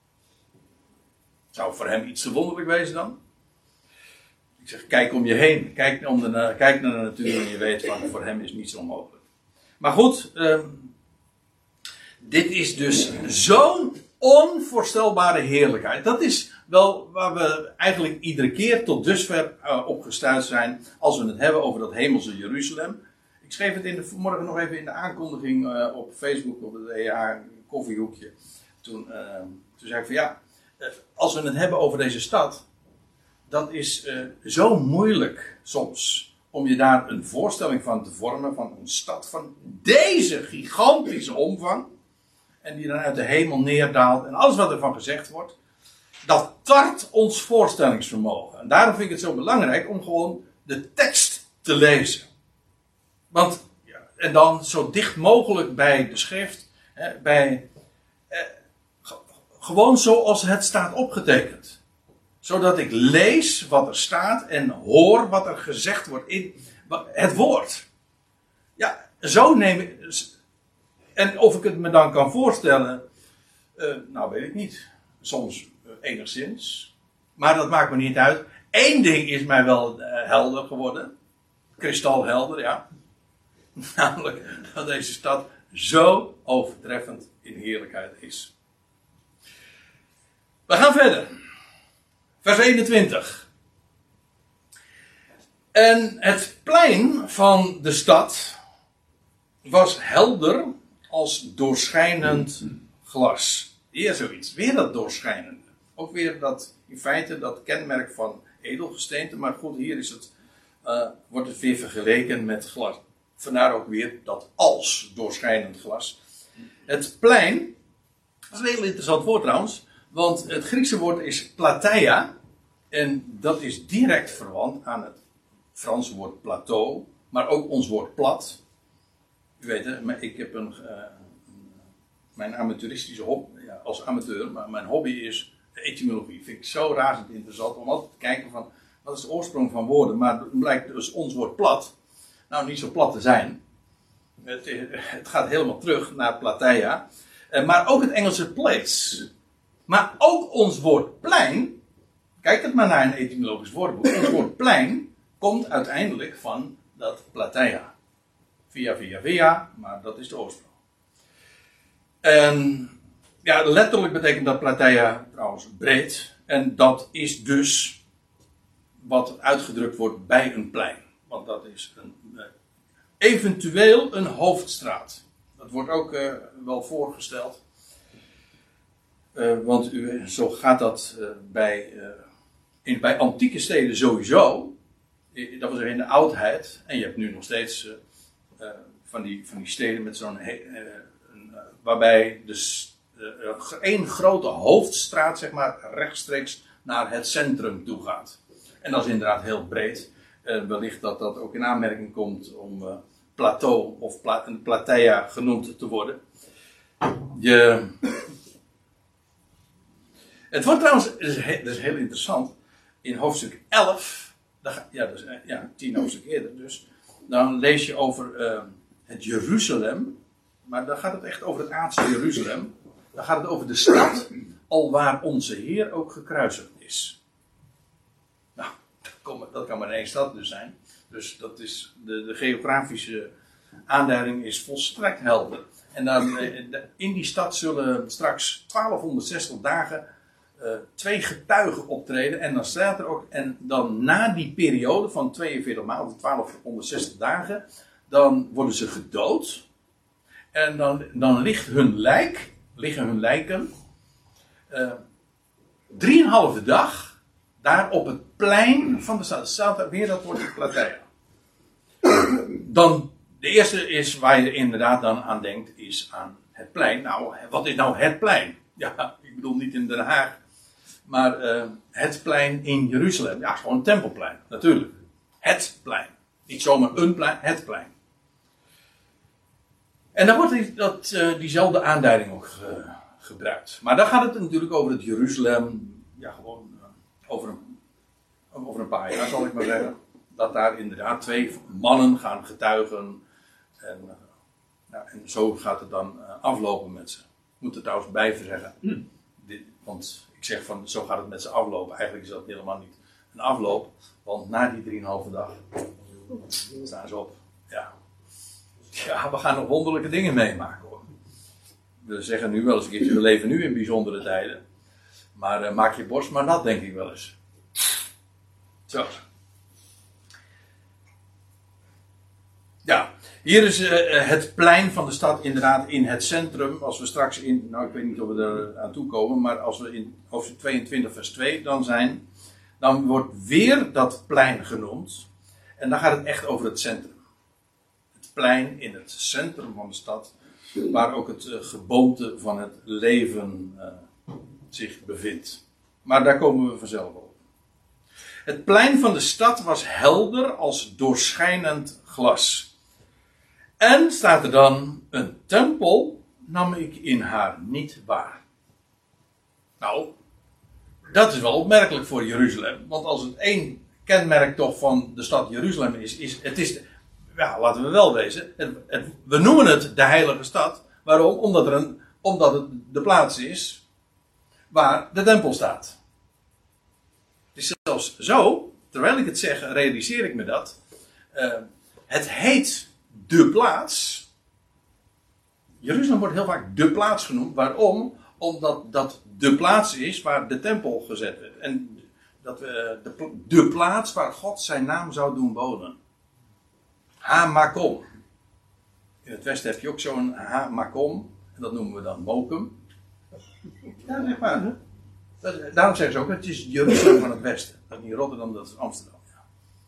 Speaker 1: Zou voor hem iets te wonderlijk wezen dan? Ik zeg, kijk om je heen. Kijk, om de, kijk naar de natuur en je weet van, voor hem is niets onmogelijk. Maar goed, uh, dit is dus zo'n onvoorstelbare heerlijkheid. Dat is wel waar we eigenlijk iedere keer tot dusver uh, op gestuurd zijn als we het hebben over dat hemelse Jeruzalem. Ik schreef het in de, vanmorgen nog even in de aankondiging uh, op Facebook, op het E A koffiehoekje. Toen, uh, toen zei ik van ja, uh, als we het hebben over deze stad, dat is uh, zo moeilijk soms om je daar een voorstelling van te vormen van een stad van deze gigantische omvang. En die dan uit de hemel neerdaalt en alles wat ervan gezegd wordt. Dat tart ons voorstellingsvermogen. En daarom vind ik het zo belangrijk om gewoon de tekst te lezen. Want, ja, en dan zo dicht mogelijk bij de schrift, hè, bij, eh, gewoon zoals het staat opgetekend. Zodat ik lees wat er staat en hoor wat er gezegd wordt in het woord. Ja, zo neem ik. En of ik het me dan kan voorstellen, uh, nou weet ik niet. Soms uh, enigszins. Maar dat maakt me niet uit. Eén ding is mij wel uh, helder geworden. Kristalhelder, ja. Namelijk dat deze stad zo overtreffend in heerlijkheid is. We gaan verder. Vers eenentwintig. En het plein van de stad was helder als doorschijnend glas. Weer zoiets. Weer dat doorschijnende. Ook weer dat, in feite, dat kenmerk van edelgesteente. Maar goed, hier is het, uh, wordt het weer vergeleken met glas. Vandaar ook weer dat als doorschijnend glas. Het plein, dat is een heel interessant woord trouwens. Want het Griekse woord is plateia. En dat is direct verwant aan het Franse woord plateau. Maar ook ons woord plat. U weet hè, maar ik heb een, uh, mijn amateuristische hobby, ja, als amateur, maar mijn hobby is de etymologie. Vind ik zo razend interessant om altijd te kijken van, wat is de oorsprong van woorden? Maar het blijkt dus ons woord plat, nou niet zo plat te zijn. Het, het gaat helemaal terug naar Plataea. Uh, maar ook het Engelse place. Maar ook ons woord plein, kijk het maar naar een etymologisch woordenboek. Ons woord plein komt uiteindelijk van dat Plataea. Via, via, via, maar dat is de oorsprong. En ja, letterlijk betekent dat Plataea trouwens breed. En dat is dus wat uitgedrukt wordt bij een plein. Want dat is een, uh, eventueel een hoofdstraat. Dat wordt ook uh, wel voorgesteld. Uh, want u, zo gaat dat uh, bij, uh, in, bij antieke steden sowieso. Dat was er in de oudheid. En je hebt nu nog steeds uh, uh, van, die, van die steden met zo'n uh, uh, waarbij dus uh, één grote hoofdstraat zeg maar rechtstreeks naar het centrum toe gaat. En dat is inderdaad heel breed. Uh, wellicht dat dat ook in aanmerking komt om uh, plateau of pla- Plataea genoemd te worden. Je... Het wordt trouwens, dat is, heel, dat is heel interessant, in hoofdstuk elf, ja, dus, ja, tien hoofdstuk eerder dus, dan lees je over uh, het Jeruzalem, maar dan gaat het echt over het aardse Jeruzalem. Dan gaat het over de stad, alwaar onze Heer ook gekruisigd is. Nou, dat kan maar één stad dus zijn. Dus dat is, de, de geografische aanduiding is volstrekt helder. En dan, in die stad zullen straks twaalfhonderdzestig dagen uh, twee getuigen optreden. En dan staat er ook, en dan na die periode van tweeënveertig maanden, twaalfhonderdzestig dagen, dan worden ze gedood. En dan, dan ligt hun lijk, liggen hun lijken, uh, drieënhalve dag daar op het plein van de stad. Er staat weer dat woord Plataea. Dan, de eerste is waar je inderdaad dan aan denkt, is aan het plein. Nou, wat is nou het plein? Ja, ik bedoel niet in Den Haag, maar uh, het plein in Jeruzalem. Ja, gewoon een tempelplein, natuurlijk. Het plein. Niet zomaar een plein, het plein. En dan wordt die, dat, uh, diezelfde aanduiding ook ge, gebruikt. Maar dan gaat het natuurlijk over het Jeruzalem, ja, gewoon uh, over, een, over een paar jaar, zal ik maar zeggen. Dat daar inderdaad twee mannen gaan getuigen. En, uh, ja, en zo gaat het dan uh, aflopen met ze. Ik moet er trouwens bij zeggen. Hm. Dit, want ik zeg van, zo gaat het met ze aflopen. Eigenlijk is dat helemaal niet een afloop. Want na die drieënhalve dag staan ze op. Ja. Ja, we gaan nog wonderlijke dingen meemaken hoor. We zeggen nu wel eens een keertje, we leven nu in bijzondere tijden. Maar uh, maak je borst maar nat, denk ik wel eens. Zo. Ja, hier is uh, het plein van de stad inderdaad in het centrum. Als we straks in, nou ik weet niet of we er aan toe komen, maar als we in hoofdstuk tweeëntwintig vers twee dan zijn, dan wordt weer dat plein genoemd. En dan gaat het echt over het centrum. Het plein in het centrum van de stad, waar ook het uh, geboomte van het leven uh, zich bevindt. Maar daar komen we vanzelf op. Het plein van de stad was helder als doorschijnend glas. En staat er dan, een tempel nam ik in haar niet waar. Nou, dat is wel opmerkelijk voor Jeruzalem. Want als het één kenmerk toch van de stad Jeruzalem is, is het is, ja, laten we wel wezen, het, het, we noemen het de heilige stad. Waarom? Omdat, er een, omdat het de plaats is waar de tempel staat. Het is zelfs zo, terwijl ik het zeg, realiseer ik me dat. Uh, het heet de plaats. Jeruzalem wordt heel vaak de plaats genoemd. Waarom? Omdat dat de plaats is waar de tempel gezet werd. En dat we uh, de, de plaats waar God zijn naam zou doen wonen. Ha-Makom. In het westen heb je ook zo'n Ha-Makom. En dat noemen we dan Mokum. Ja, zeg maar. Hè? Dat, daarom zeggen ze ook, het is Jeruzalem van het westen. Dat is niet Rotterdam, dat is Amsterdam. Ja.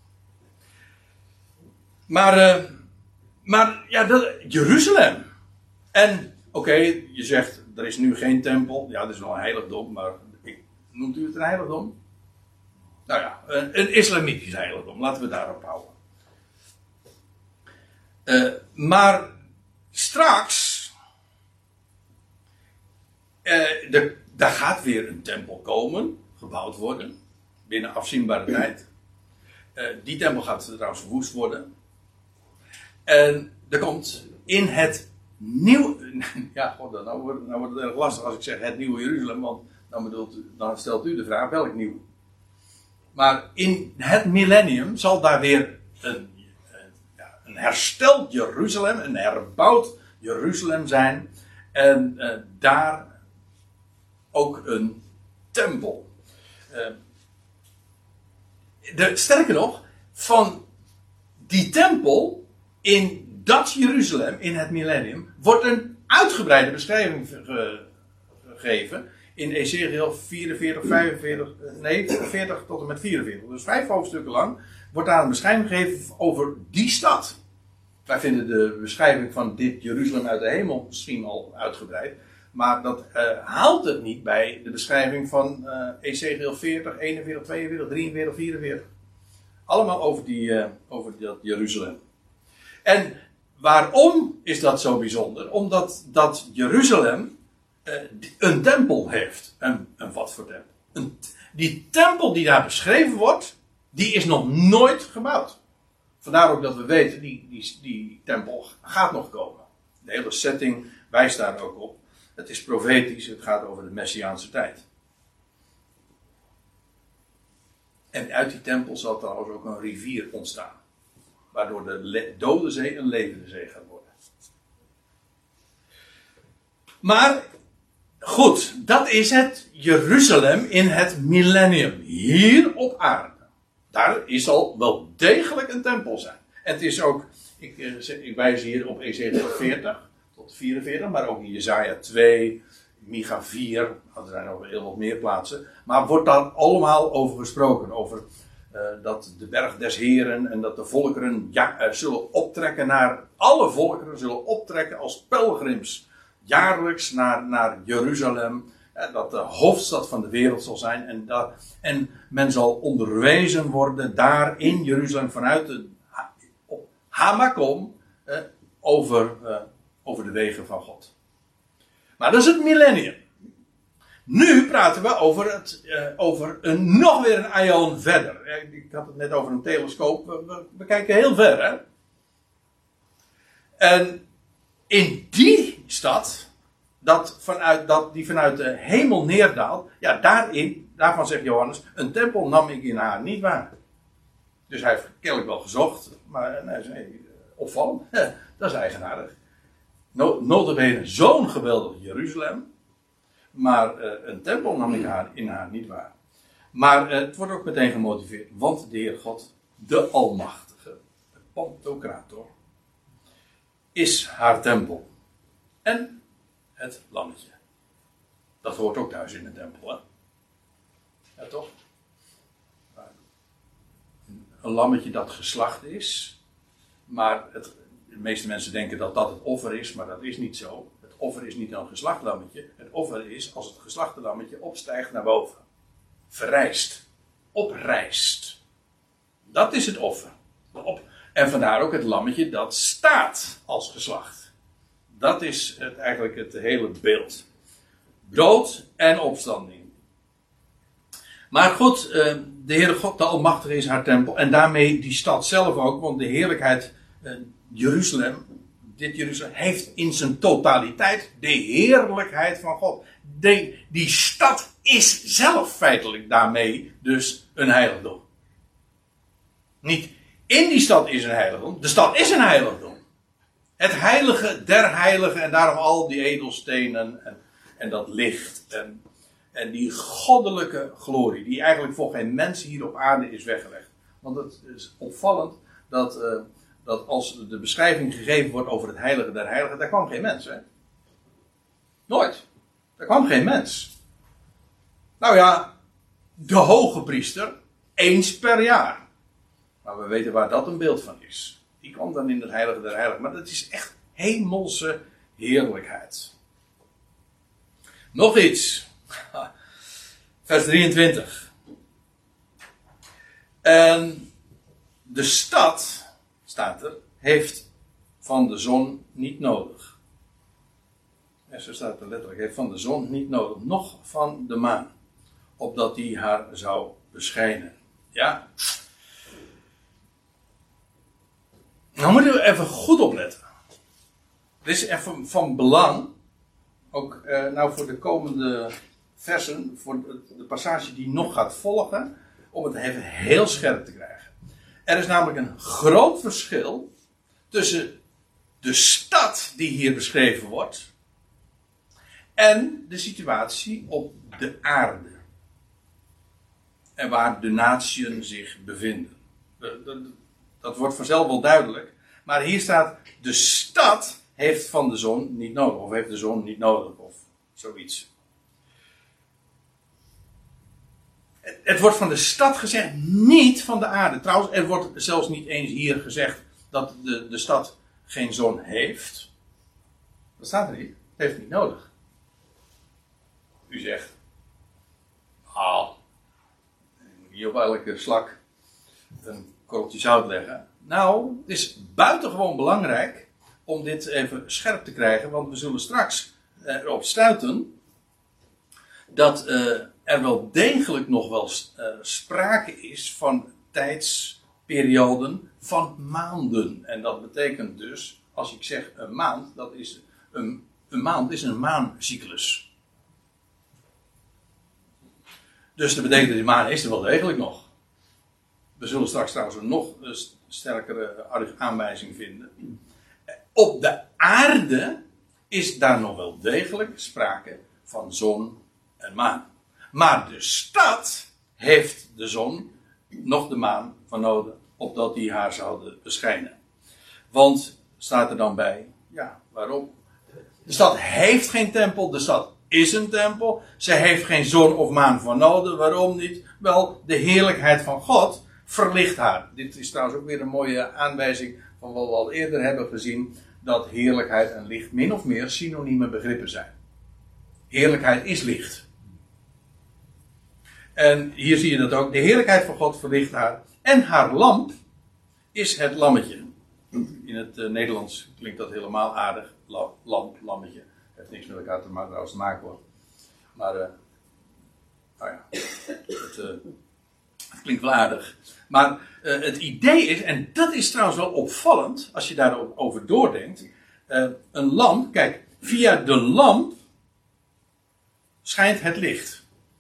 Speaker 1: Maar, uh, maar ja, dat, Jeruzalem. En, oké, okay, je zegt, er is nu geen tempel. Ja, dat is wel een heiligdom, maar ik, noemt u het een heiligdom? Nou ja, een, een islamitisch heiligdom. Laten we het daarop houden. Uh, maar straks, uh, de, daar gaat weer een tempel komen, gebouwd worden, binnen afzienbare tijd. Uh, die tempel gaat trouwens verwoest worden. En er komt in het nieuw, ja, god, nou wordt, nou wordt het erg lastig als ik zeg het nieuwe Jeruzalem, want dan, bedoelt u, dan stelt u de vraag welk nieuw. Maar in het millennium zal daar weer een, ja, een hersteld Jeruzalem, een herbouwd Jeruzalem zijn. En uh, daar ook een tempel. Uh, de, sterker nog, van die tempel in dat Jeruzalem, in het millennium, wordt een uitgebreide beschrijving ge, gegeven. In Ezekiel vierenveertig, vijfenveertig, nee, veertig tot en met vierenveertig. Dus vijf hoofdstukken lang wordt daar een beschrijving gegeven over die stad. Wij vinden de beschrijving van dit Jeruzalem uit de hemel misschien al uitgebreid. Maar dat uh, haalt het niet bij de beschrijving van uh, Ezekiel veertig, eenenveertig, tweeënveertig, drieënveertig, vierenveertig. Allemaal over, die, uh, over dat Jeruzalem. En waarom is dat zo bijzonder? Omdat dat Jeruzalem Uh, een tempel heeft. En, en wat voor tempel? Een, die tempel die daar beschreven wordt, die is nog nooit gebouwd. Vandaar ook dat we weten, die, die, die tempel gaat nog komen. De hele setting wijst daar ook op. Het is profetisch, het gaat over de Messiaanse tijd. En uit die tempel zal trouwens ook een rivier ontstaan. Waardoor de le- dode zee een levende zee gaat worden. Maar goed, dat is het Jeruzalem in het millennium. Hier op aarde. Daar is al wel degelijk een tempel zijn. En het is ook, ik, ik wijs hier op Ezekiel veertig tot vierenveertig, maar ook in Jesaja twee, Micha vier, er zijn nog heel wat meer plaatsen. Maar wordt daar allemaal over gesproken. Over uh, dat de berg des Heren en dat de volkeren ja, uh, zullen optrekken naar, alle volkeren zullen optrekken als pelgrims. Jaarlijks naar, naar Jeruzalem. Eh, dat de hoofdstad van de wereld zal zijn. En, dat, en men zal onderwezen worden daar in Jeruzalem vanuit de op Hamakom eh, over, eh, over de wegen van God. Maar dat is het millennium. Nu praten we over, het, uh, over een, nog weer een aion verder. Ik had het net over een telescoop. We, we, we kijken heel ver, hè. En in die stad, dat vanuit, dat die vanuit de hemel neerdaalt, ja, daarin, daarvan zegt Johannes, een tempel nam ik in haar niet waar. Dus hij heeft kennelijk wel gezocht, maar nee, nee, opvallend. Ja, dat is eigenaardig. Notabene zo'n geweldig Jeruzalem, maar uh, een tempel nam ik haar, in haar niet waar. Maar uh, het wordt ook meteen gemotiveerd, want de Heer God, de Almachtige, de Pantocrator, is haar tempel. En het lammetje. Dat hoort ook thuis in de tempel, hè? Ja, toch? Een lammetje dat geslacht is. Maar het, de meeste mensen denken dat dat het offer is, maar dat is niet zo. Het offer is niet een geslacht lammetje. Het offer is als het geslachte lammetje opstijgt naar boven. Verrijst. Oprijst. Dat is het offer. Op, en vandaar ook het lammetje dat staat als geslacht. Dat is het, eigenlijk het hele beeld. Dood en opstanding. Maar goed, de Heere God, de Almachtige, is haar tempel. En daarmee die stad zelf ook. Want de heerlijkheid, Jeruzalem, dit Jeruzalem, heeft in zijn totaliteit de heerlijkheid van God. De, die stad is zelf feitelijk daarmee dus een heiligdom. Niet in die stad is een heiligdom. De stad is een heiligdom. Het heilige der heiligen en daarom al die edelstenen en, en dat licht en, en die goddelijke glorie die eigenlijk voor geen mens hier op aarde is weggelegd. Want het is opvallend dat, uh, dat als de beschrijving gegeven wordt over het heilige der heiligen, daar kwam geen mens. Hè? Nooit. Daar kwam geen mens. Nou ja, de hoge priester eens per jaar. Maar we weten waar dat een beeld van is. Die kwam dan in het heilige der heiligen. Maar dat is echt hemelse heerlijkheid. Nog iets. Vers drieëntwintig. En de stad, staat er, heeft van de zon niet nodig. En zo staat er letterlijk, heeft van de zon niet nodig, noch van de maan, opdat die haar zou beschijnen. Ja. Nou moeten we even goed opletten. Dit is even van belang, ook eh, nou voor de komende versen, voor de, de passage die nog gaat volgen, om het even heel scherp te krijgen. Er is namelijk een groot verschil tussen de stad die hier beschreven wordt en de situatie op de aarde. En waar de natieën zich bevinden. Dat, dat wordt vanzelf wel duidelijk. Maar hier staat, de stad heeft van de zon niet nodig. Of heeft de zon niet nodig. Of zoiets. Het, het wordt van de stad gezegd, niet van de aarde. Trouwens, er wordt zelfs niet eens hier gezegd dat de, de stad geen zon heeft. Dat staat er niet. Het heeft niet nodig. U zegt, ah, hier op elke slak een korreltje zout leggen. Nou, het is buitengewoon belangrijk om dit even scherp te krijgen, want we zullen straks erop stuiten dat uh, er wel degelijk nog wel uh, sprake is van tijdsperioden van maanden. En dat betekent dus, als ik zeg een maand, dat is een, een maand is een maancyclus. Dus dat betekent dat die maan is er wel degelijk nog. We zullen straks trouwens een nog sterkere aanwijzing vinden. Op de aarde is daar nog wel degelijk sprake van zon en maan. Maar de stad heeft de zon nog de maan van nodig, opdat die haar zouden beschijnen. Want, staat er dan bij, ja, waarom? De stad heeft geen tempel, de stad is een tempel. Ze heeft geen zon of maan voor nodig. Waarom niet? Wel, de heerlijkheid van God verlicht haar. Dit is trouwens ook weer een mooie aanwijzing van wat we al eerder hebben gezien. Dat heerlijkheid en licht min of meer synonieme begrippen zijn. Heerlijkheid is licht. En hier zie je dat ook. De heerlijkheid van God verlicht haar. En haar lamp is het lammetje. In het uh, Nederlands klinkt dat helemaal aardig. Lamp, lammetje. Heeft niks met elkaar te maken, trouwens te maken hoor. Maar, uh, nou ja, het, uh, het klinkt wel aardig. Maar uh, het idee is, en dat is trouwens wel opvallend, als je daarover doordenkt. Uh, een lamp, kijk, via de lamp schijnt het licht.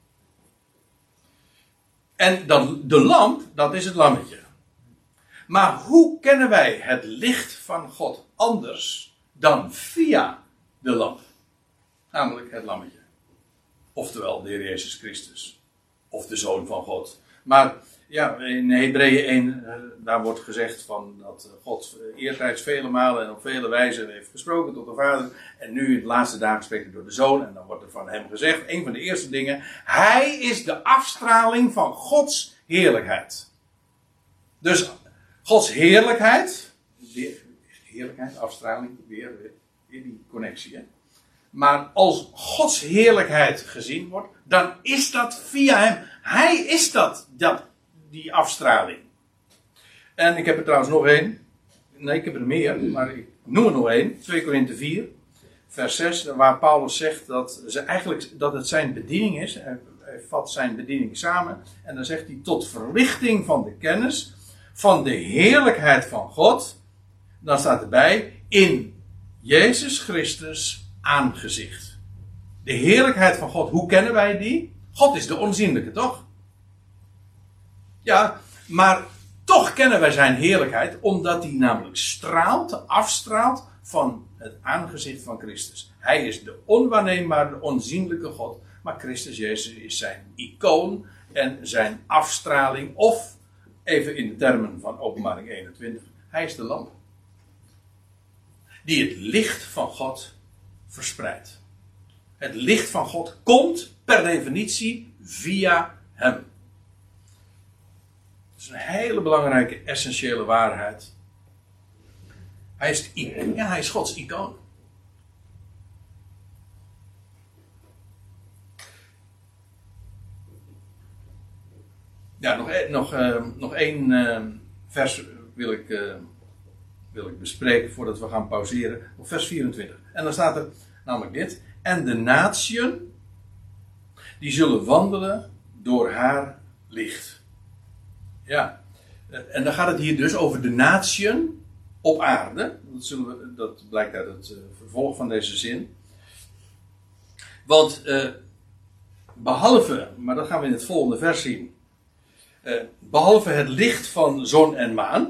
Speaker 1: En dat, de lamp, dat is het lammetje. Maar hoe kennen wij het licht van God anders dan via de lamp? Namelijk het lammetje. Oftewel de Heer Jezus Christus. Of de Zoon van God. Maar ja, in Hebreeën één, daar wordt gezegd van dat God eertijds vele malen en op vele wijzen heeft gesproken tot de Vader. En nu in de laatste dagen spreekt hij door de Zoon. En dan wordt er van hem gezegd, een van de eerste dingen. Hij is de afstraling van Gods heerlijkheid. Dus Gods heerlijkheid. Heerlijkheid, afstraling, weer, weer die connectie. Hè? Maar als Gods heerlijkheid gezien wordt, dan is dat via hem. Hij is dat, dat die afstraling. En ik heb er trouwens nog één. Nee, ik heb er meer, maar ik noem er nog één. twee Korinthe vier, vers zes, waar Paulus zegt dat, ze eigenlijk, dat het zijn bediening is. Hij, hij vat zijn bediening samen. En dan zegt hij, tot verlichting van de kennis van de heerlijkheid van God. Dan staat erbij, in Jezus Christus aangezicht. De heerlijkheid van God, hoe kennen wij die? God is de onzienlijke, toch? Ja, maar toch kennen wij zijn heerlijkheid, omdat hij namelijk straalt, afstraalt van het aangezicht van Christus. Hij is de onwaarneembare, onzienlijke God, maar Christus Jezus is zijn icoon en zijn afstraling, of even in de termen van Openbaring eenentwintig, hij is de lamp. Die het licht van God verspreidt. Het licht van God komt per definitie via hem. Dat is een hele belangrijke, essentiële waarheid. Hij is, de, ja, hij is Gods icoon. Ja, nog, nog, uh, nog één uh, vers wil ik, uh, wil ik bespreken voordat we gaan pauzeren. Op vers vierentwintig. En dan staat er namelijk dit. En de natieën, die zullen wandelen door haar licht. Ja. En dan gaat het hier dus over de natieën op aarde. Dat, zullen we, dat blijkt uit het uh, vervolg van deze zin. Want uh, behalve, maar dat gaan we in het volgende vers zien. Uh, behalve het licht van zon en maan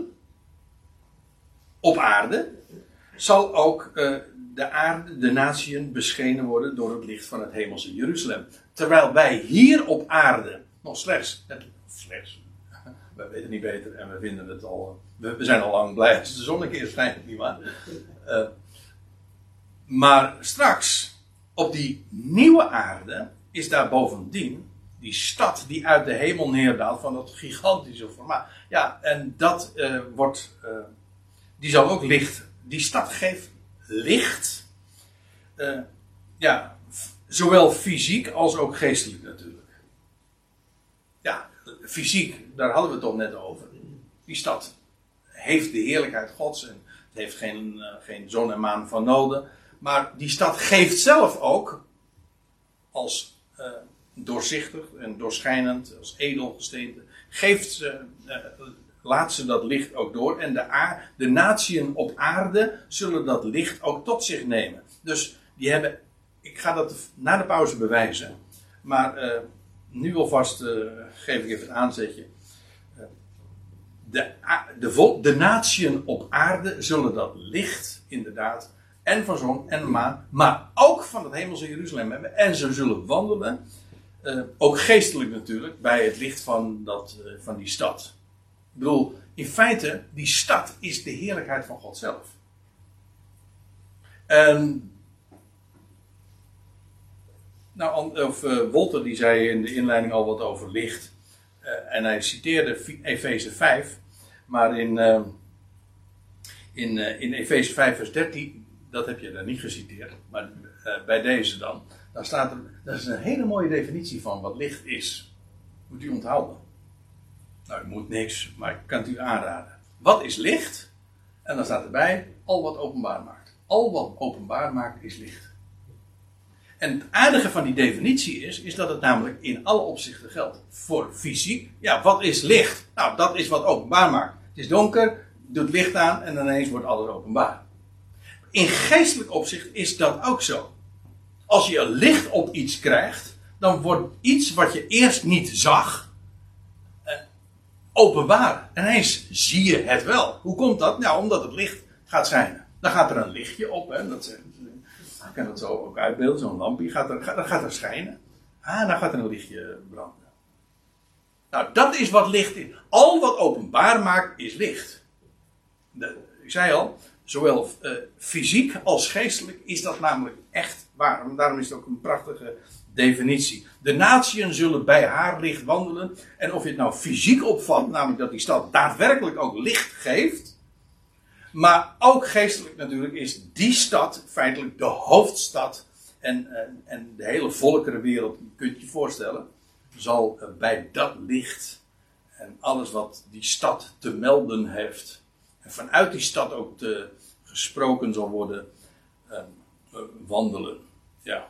Speaker 1: op aarde, zal ook uh, de aarde, de natieën beschenen worden door het licht van het hemelse Jeruzalem. Terwijl wij hier op aarde nog slechts, slechts, wij weten het niet beter en we vinden het al, we, we zijn al lang blij als de zon een keer schijnt, nietwaar? Uh, maar straks, op die nieuwe aarde, is daar bovendien die stad die uit de hemel neerdaalt van dat gigantische formaat. Ja, en dat uh, wordt, uh, die zal ook licht, die stad geeft licht, uh, ja, f- zowel fysiek als ook geestelijk natuurlijk. Ja, fysiek, daar hadden we het toch net over. Die stad heeft de heerlijkheid Gods en het heeft geen, uh, geen zon en maan van noden. Maar die stad geeft zelf ook, als uh, doorzichtig en doorschijnend, als edelgesteente, geeft ze, uh, laat ze dat licht ook door. En de, aar, de natieën op aarde zullen dat licht ook tot zich nemen. Dus die hebben, ik ga dat na de pauze bewijzen. Maar uh, nu alvast uh, geef ik even het aanzetje. Uh, de, de, vol, de natieën op aarde zullen dat licht inderdaad, en van zon en maan, maar ook van het hemelse Jeruzalem hebben. En ze zullen wandelen, uh, ook geestelijk natuurlijk, bij het licht van, dat, uh, van die stad. Ik bedoel, in feite, die stad is de heerlijkheid van God zelf. En, nou, of uh, Wolter die zei in de inleiding al wat over licht. Uh, en hij citeerde Efeze vijf, maar in, uh, in, uh, in Efeze vijf vers dertien... Dat heb je daar niet geciteerd, maar uh, bij deze dan. Dan staat er, dat is een hele mooie definitie van wat licht is. Moet u onthouden. Nou, u moet niks, maar ik kan het u aanraden. Wat is licht? En dan staat erbij, al wat openbaar maakt. Al wat openbaar maakt is licht. En het aardige van die definitie is, is dat het namelijk in alle opzichten geldt. Voor fysiek, ja, wat is licht? Nou, dat is wat openbaar maakt. Het is donker, doet licht aan en ineens wordt alles openbaar. In geestelijk opzicht is dat ook zo. Als je licht op iets krijgt, dan wordt iets wat je eerst niet zag, eh, openbaar. En ineens zie je het wel. Hoe komt dat? Nou, omdat het licht gaat schijnen. Dan gaat er een lichtje op. Hè? Dat, ik kan het zo ook uitbeelden. Zo'n lampje gaat er, gaat, gaat er schijnen. Ah, dan gaat er een lichtje branden. Nou, dat is wat licht is. Al wat openbaar maakt, is licht. De, ik zei al, zowel uh, fysiek als geestelijk is dat namelijk echt waar. En daarom is het ook een prachtige definitie. De natieën zullen bij haar licht wandelen. En of je het nou fysiek opvat, namelijk dat die stad daadwerkelijk ook licht geeft. Maar ook geestelijk natuurlijk is die stad feitelijk de hoofdstad. En, en, en de hele volkerenwereld, je kunt je voorstellen, zal uh, bij dat licht en alles wat die stad te melden heeft, en vanuit die stad ook te, gesproken zal worden, uh, uh, wandelen. Ja.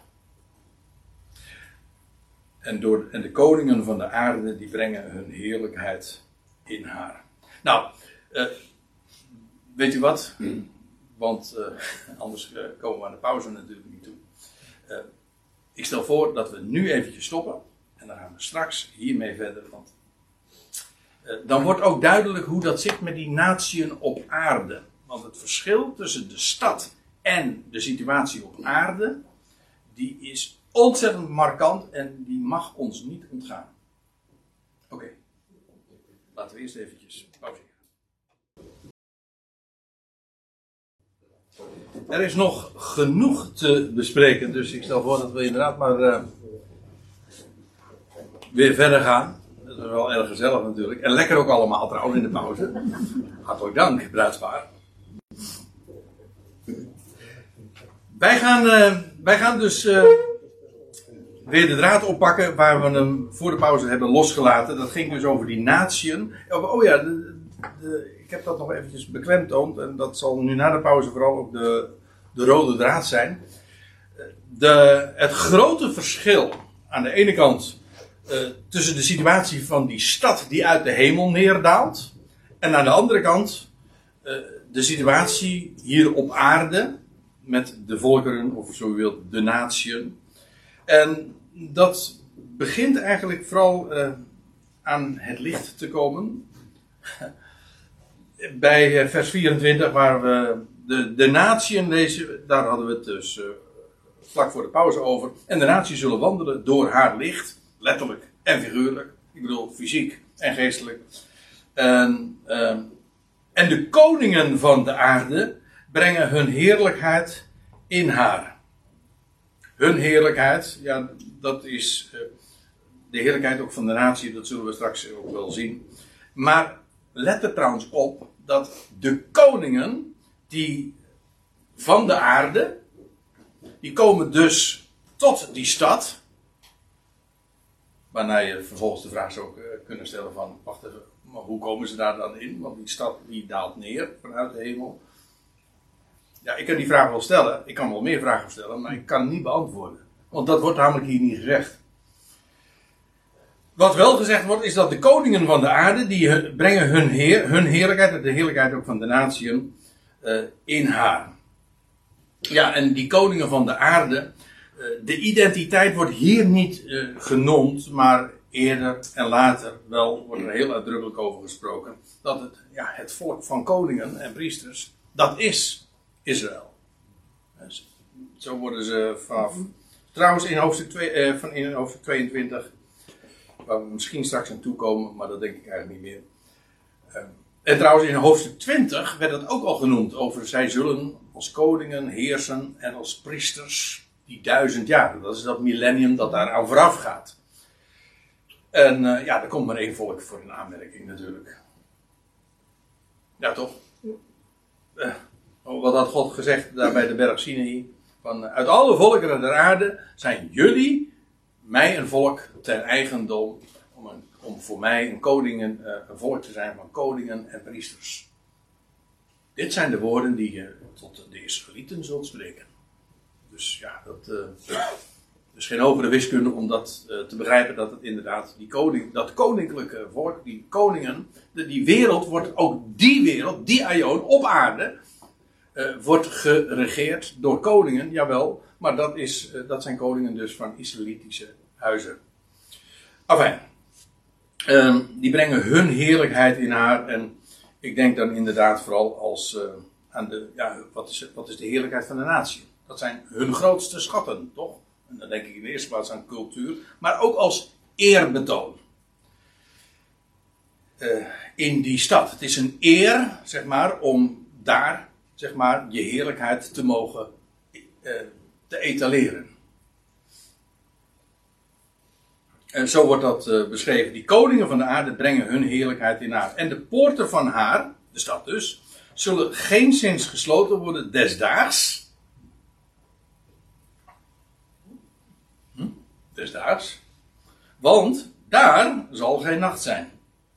Speaker 1: En, door, en de koningen van de aarde, die brengen hun heerlijkheid in haar. Nou, uh, weet u wat? Hmm. Want uh, anders uh, komen we aan de pauze natuurlijk niet toe. Uh, ik stel voor dat we nu eventjes stoppen. En dan gaan we straks hiermee verder. Want uh, dan wordt ook duidelijk hoe dat zit met die natieën op aarde. Want het verschil tussen de stad en de situatie op aarde, die is ontzettend markant en die mag ons niet ontgaan. Oké, okay. Laten we eerst eventjes pauzeren. Er is nog genoeg te bespreken, dus ik stel voor dat we inderdaad maar uh, weer verder gaan. Dat is wel erg gezellig natuurlijk. En lekker ook allemaal trouwens in de pauze. Hartelijk dank, bruidspaar. Wij gaan, uh, wij gaan dus uh, weer de draad oppakken waar we hem voor de pauze hebben losgelaten. Dat ging dus over die natieën. Oh ja, de, ik heb dat nog eventjes beklemtoond. En dat zal nu na de pauze vooral ook de, de rode draad zijn. De, het grote verschil aan de ene kant uh, tussen de situatie van die stad die uit de hemel neerdaalt. En aan de andere kant uh, de situatie hier op aarde. Met de volkeren, of zo u wilt, de natieën. En dat begint eigenlijk vooral uh, aan het licht te komen. Bij uh, vers vierentwintig, waar we de, de natieën lezen, daar hadden we het dus uh, vlak voor de pauze over. En de natieën zullen wandelen door haar licht, letterlijk en figuurlijk. Ik bedoel, fysiek en geestelijk. En, uh, en de koningen van de aarde brengen hun heerlijkheid in haar. Hun heerlijkheid, ja, dat is uh, de heerlijkheid ook van de natie, dat zullen we straks ook wel zien. Maar let er trouwens op dat de koningen die van de aarde, die komen dus tot die stad. Waarna je vervolgens de vraag zou kunnen stellen van, wacht even, maar hoe komen ze daar dan in? Want die stad die daalt neer vanuit de hemel. Ja, ik kan die vraag wel stellen. Ik kan wel meer vragen stellen, maar ik kan het niet beantwoorden. Want dat wordt namelijk hier niet gezegd. Wat wel gezegd wordt, is dat de koningen van de aarde, die brengen hun, heer, hun heerlijkheid, de heerlijkheid ook van de natieën, uh, in haar. Ja, en die koningen van de aarde, uh, de identiteit wordt hier niet uh, genoemd, maar eerder en later wel wordt er heel uitdrukkelijk over gesproken. Dat het, ja, het volk van koningen en priesters, dat is Israël. Dus, zo worden ze vanaf, trouwens in hoofdstuk, twee, uh, van in hoofdstuk tweeëntwintig, waar we misschien straks aan toe komen, maar dat denk ik eigenlijk niet meer. Uh, en trouwens in hoofdstuk twintig werd dat ook al genoemd, over zij zullen als koningen heersen en als priesters die duizend jaar. Dat is dat millennium dat daar aan vooraf gaat. En uh, ja, er komt maar één volk voor een aanmerking natuurlijk. Ja, toch? Uh, wat had God gezegd daar bij de berg Sinai? Van, uh, uit alle volkeren der aarde zijn jullie mij een volk ten eigendom, om, een, om voor mij een, koningen, uh, een volk te zijn van koningen en priesters. Dit zijn de woorden die je tot de Israëlieten zult spreken. Dus ja, dat uh, is geen hogere wiskunde om dat uh, te begrijpen, dat het inderdaad die koning, dat koninklijke volk, die koningen, de, die wereld wordt, ook die wereld, die aion op aarde, uh, wordt geregeerd door koningen, jawel. Maar dat, is, uh, dat zijn koningen dus van Israëlitische huizen. Enfin, uh, die brengen hun heerlijkheid in haar. En ik denk dan inderdaad vooral als uh, aan de, ja, wat is, wat is de heerlijkheid van de natie? Dat zijn hun grootste schatten, toch? En dan denk ik in de eerste plaats aan cultuur, maar ook als eerbetoon. Uh, in die stad. Het is een eer, zeg maar, om daar, zeg maar, je heerlijkheid te mogen uh, te etaleren. En zo wordt dat uh, beschreven. Die koningen van de aarde brengen hun heerlijkheid in haar. En de poorten van haar, de stad dus, zullen geenszins gesloten worden desdaags. Hm? Desdaags. Want daar zal geen nacht zijn.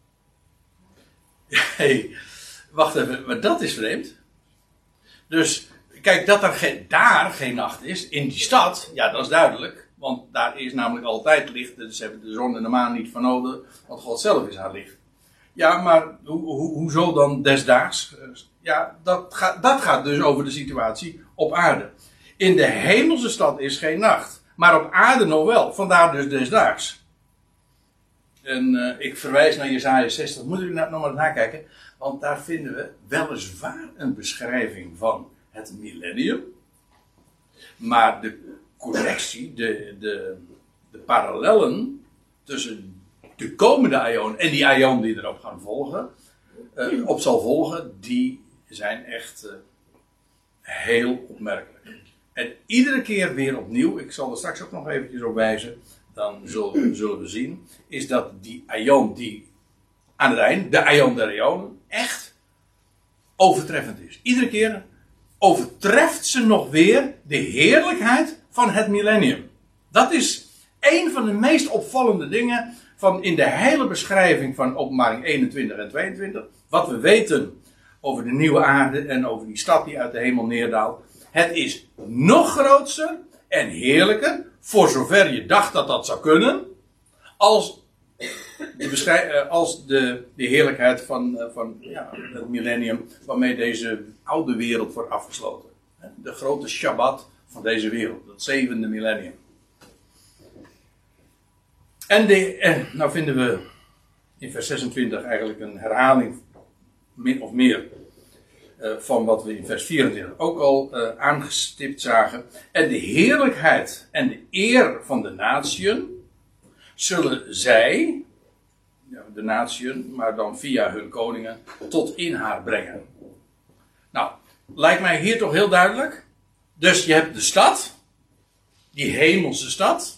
Speaker 1: Hey, wacht even, maar dat is vreemd. Dus, kijk, dat er geen, daar geen nacht is, in die stad, ja, dat is duidelijk. Want daar is namelijk altijd licht, dus ze hebben de zon en de maan niet van nodig, want God zelf is haar licht. Ja, maar ho, ho, hoezo dan desdaags? Ja, dat gaat, dat gaat dus over de situatie op aarde. In de hemelse stad is geen nacht, maar op aarde nog wel, vandaar dus desdaags. En uh, ik verwijs naar Jesaja zestig, moet u nou nog maar nakijken, want daar vinden we weliswaar een beschrijving van het millennium, maar de connectie, de, de, de parallellen tussen de komende aion en die aion die erop gaan volgen, uh, op zal volgen, die zijn echt uh, heel opmerkelijk. En iedere keer weer opnieuw, ik zal er straks ook nog eventjes op wijzen, dan zullen, zullen we zien, is dat die aion die aan het eind, de aion der aionen, echt overtreffend is. Iedere keer overtreft ze nog weer de heerlijkheid van het millennium. Dat is een van de meest opvallende dingen van in de hele beschrijving van Openbaring eenentwintig en tweeëntwintig. wat we weten over de nieuwe aarde en over die stad die uit de hemel neerdaalt. Het is nog groter en heerlijker, voor zover je dacht dat dat zou kunnen, als de, beschrij- als de, de heerlijkheid van, van ja, het millennium waarmee deze oude wereld wordt afgesloten. De grote Shabbat van deze wereld, het zevende millennium. En, de, en nou vinden we in vers zesentwintig eigenlijk een herhaling, min of meer, uh, van wat we in vers vierentwintig ook al uh, aangestipt zagen. En de heerlijkheid en de eer van de natieën zullen zij, ja, de natieën, maar dan via hun koningen, tot in haar brengen. Nou, lijkt mij hier toch heel duidelijk. Dus je hebt de stad, die hemelse stad,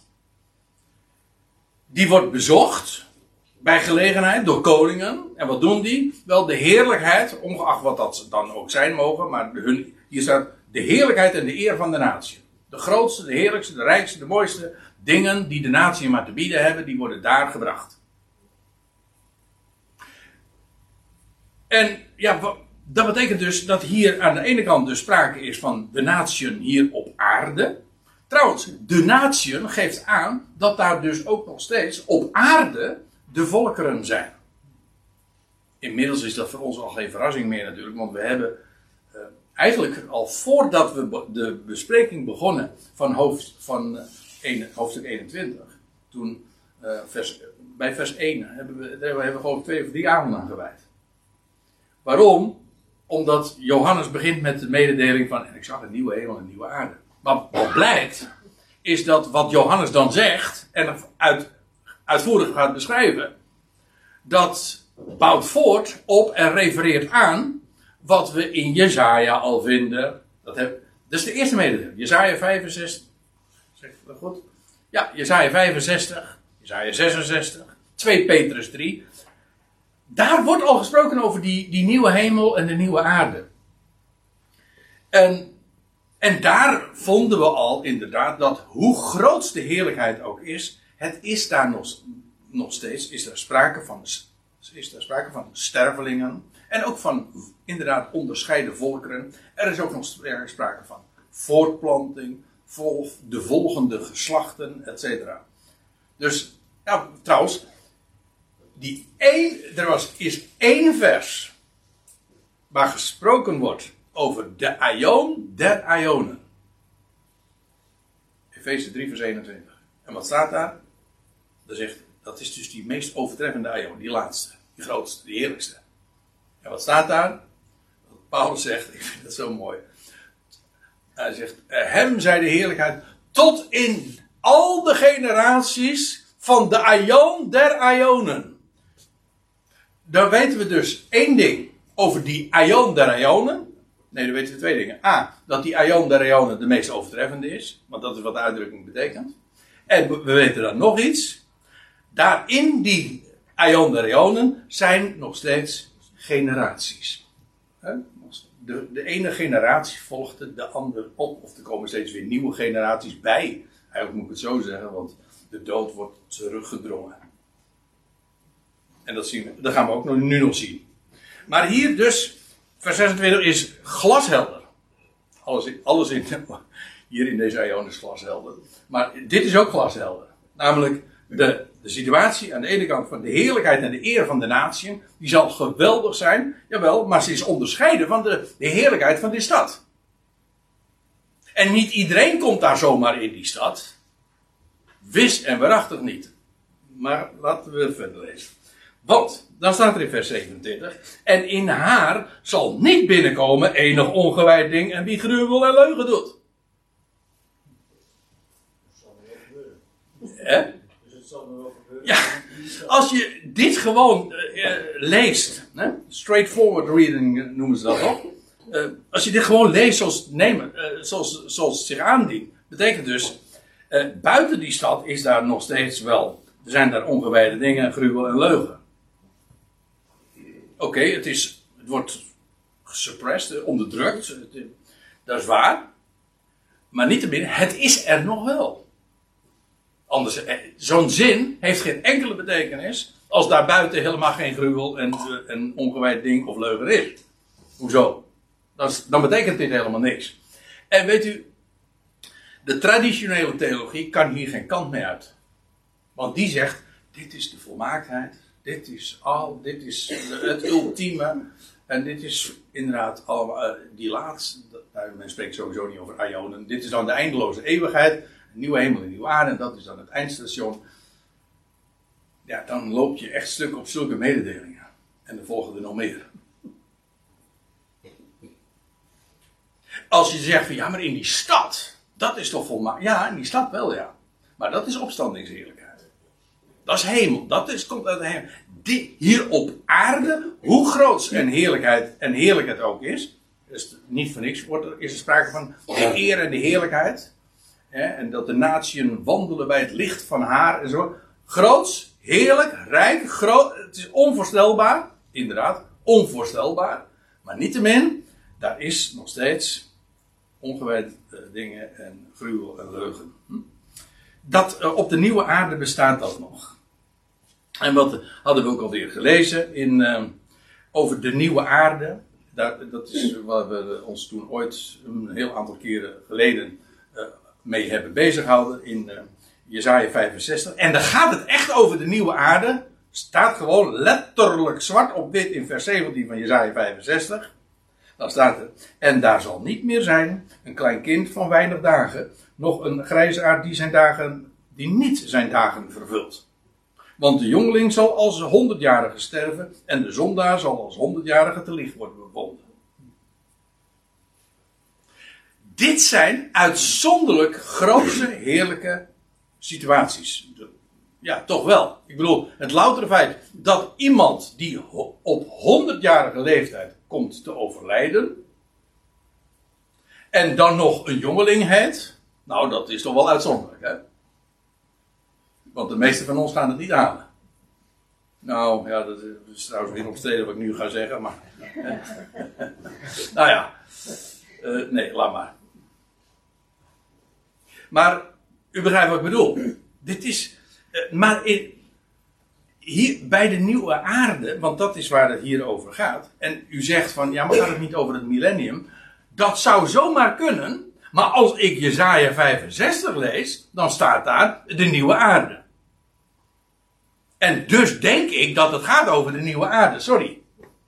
Speaker 1: die wordt bezocht bij gelegenheid door koningen. En wat doen die? Wel, de heerlijkheid, ongeacht wat dat dan ook zijn mogen, maar hun, hier staat de heerlijkheid en de eer van de natie. De grootste, de heerlijkste, de rijkste, de mooiste dingen die de natie maar te bieden hebben, die worden daar gebracht. En ja, dat betekent dus dat hier aan de ene kant dus sprake is van de natieën hier op aarde. Trouwens, de natieën geeft aan dat daar dus ook nog steeds op aarde de volkeren zijn. Inmiddels is dat voor ons al geen verrassing meer natuurlijk, want we hebben uh, eigenlijk al voordat we be- de bespreking begonnen van, hoofd, van uh, een, hoofdstuk eenentwintig, toen uh, vers, bij vers één hebben we, daar hebben we gewoon twee of drie avonden aan gewijd. Waarom? Omdat Johannes begint met de mededeling van, en ik zag een nieuwe hemel en een nieuwe aarde. Maar wat blijkt, is dat wat Johannes dan zegt, en uit, uitvoerig gaat beschrijven, dat bouwt voort op en refereert aan wat we in Jesaja al vinden. Dat, heb, dat is de eerste mededeling. Jesaja vijfenzestig. Zeg ik dat goed? Ja, Jesaja vijfenzestig, Jesaja zesenzestig, twee Petrus drie. Daar wordt al gesproken over die, die nieuwe hemel en de nieuwe aarde. En En daar vonden we al inderdaad dat hoe groot de heerlijkheid ook is, het is daar nog, nog steeds, is er sprake van, is er sprake van stervelingen en ook van inderdaad onderscheiden volkeren. Er is ook nog sprake van voortplanting, vol, de volgende geslachten, et cetera. Dus, ja, trouwens, die één, er was, is één vers waar gesproken wordt over de aion der aionen. Efeze drie vers eenentwintig. En wat staat daar? Dat, zegt, dat is dus die meest overtreffende aion, die laatste, die grootste, die heerlijkste. En wat staat daar? Paulus zegt, ik vind dat zo mooi. Hij zegt, hem zij de heerlijkheid tot in al de generaties van de aion der aionen. Dan weten we dus één ding over die aion der aionen. Nee, dan weten we twee dingen. A, dat die aion der aionen de meest overtreffende is. Want dat is wat de uitdrukking betekent. En we weten dan nog iets. Daar in die aion der aionen zijn nog steeds generaties. De, de ene generatie volgde de andere op. Of er komen steeds weer nieuwe generaties bij. Eigenlijk moet ik het zo zeggen, want de dood wordt teruggedrongen. En dat, zien we, dat gaan we ook nog, nu nog zien. Maar hier dus, vers zesentwintig is glashelder. Alles, in, alles in, hier in deze aion is glashelder. Maar dit is ook glashelder. Namelijk de, de situatie aan de ene kant van de heerlijkheid en de eer van de natieën. Die zal geweldig zijn. Jawel, maar ze is onderscheiden van de, de heerlijkheid van die stad. En niet iedereen komt daar zomaar in die stad. Wis en waarachtig niet. Maar laten we verder lezen. Want, dan staat er in vers zevenentwintig. En in haar zal niet binnenkomen enig ongewijd ding en wie gruwel en leugen doet.
Speaker 2: Dat zal me wel gebeuren.
Speaker 1: Hè?
Speaker 2: Dus het zal me wel gebeuren.
Speaker 1: Ja, als je dit gewoon uh, leest. Hè? Straightforward reading noemen ze dat ook. Uh, als je dit gewoon leest zoals, nemen, uh, zoals, zoals het zich aandient. Betekent dus, uh, buiten die stad is daar nog steeds wel. Er zijn daar ongewijde dingen, gruwel en leugen. Oké, okay, het is, het wordt gesuppressed, onderdrukt. Het, dat is waar. Maar niettemin, het is er nog wel. Anders, zo'n zin heeft geen enkele betekenis Als daar buiten helemaal geen gruwel en, en ongewijd ding of leugen is. Hoezo? Dat is, dan betekent dit helemaal niks. En weet u, de traditionele theologie kan hier geen kant mee uit. Want die zegt, dit is de volmaaktheid. Dit is al, dit is het ultieme. En dit is inderdaad allemaal, uh, die laatste, nou, men spreekt sowieso niet over aionen. Dit is dan de eindeloze eeuwigheid. Een nieuwe hemel en nieuwe aarde. En dat is dan het eindstation. Ja, dan loop je echt stuk op zulke mededelingen. En er volgen er nog meer. Als je zegt van ja, maar in die stad, dat is toch volmaakt. Ja, in die stad wel, ja. Maar dat is opstandingsheerlijkheid. Dat is hemel. Dat is, komt uit de hemel. Die, hier op aarde, hoe groot en heerlijkheid en heerlijk het ook is. Dus niet voor niks wordt er, is er sprake van de eer en de heerlijkheid. Hè, en dat de natieën wandelen bij het licht van haar en zo. Groots, heerlijk, rijk, groot. Het is onvoorstelbaar. Inderdaad, onvoorstelbaar. Maar niettemin, daar is nog steeds ongewijd uh, dingen en gruwel en leugen. Hm? Dat uh, op de nieuwe aarde bestaat dat nog. En wat uh, hadden we ook alweer gelezen in, uh, over de nieuwe aarde. Daar, dat is waar we ons toen ooit een heel aantal keren geleden uh, mee hebben bezighouden in uh, Jesaja vijfenzestig. En dan gaat het echt over de nieuwe aarde. Staat gewoon letterlijk zwart op wit in vers zeventien van Jesaja vijfenzestig. Dan staat er, en daar zal niet meer zijn een klein kind van weinig dagen, nog een grijsaard die zijn dagen, die niet zijn dagen vervult. Want de jongeling zal als honderdjarige sterven en de zondaar zal als honderdjarige te licht worden bevonden. Dit zijn uitzonderlijk grootse, heerlijke situaties. Ja, toch wel. Ik bedoel, het loutere feit dat iemand die op honderdjarige leeftijd komt te overlijden. En dan nog een jongeling heet. Nou, dat is toch wel uitzonderlijk, hè? Want de meeste van ons gaan het niet halen. Nou, ja, dat is trouwens weer omstreden wat ik nu ga zeggen, maar... nou ja. Uh, nee, laat maar. Maar, u begrijpt wat ik bedoel. Dit is... Uh, maar in... Hier bij de nieuwe aarde, want dat is waar het hier over gaat. En u zegt van, ja, maar gaat het niet over het millennium? Dat zou zomaar kunnen. Maar als ik Jesaja vijfenzestig lees, dan staat daar de nieuwe aarde. En dus denk ik dat het gaat over de nieuwe aarde. Sorry.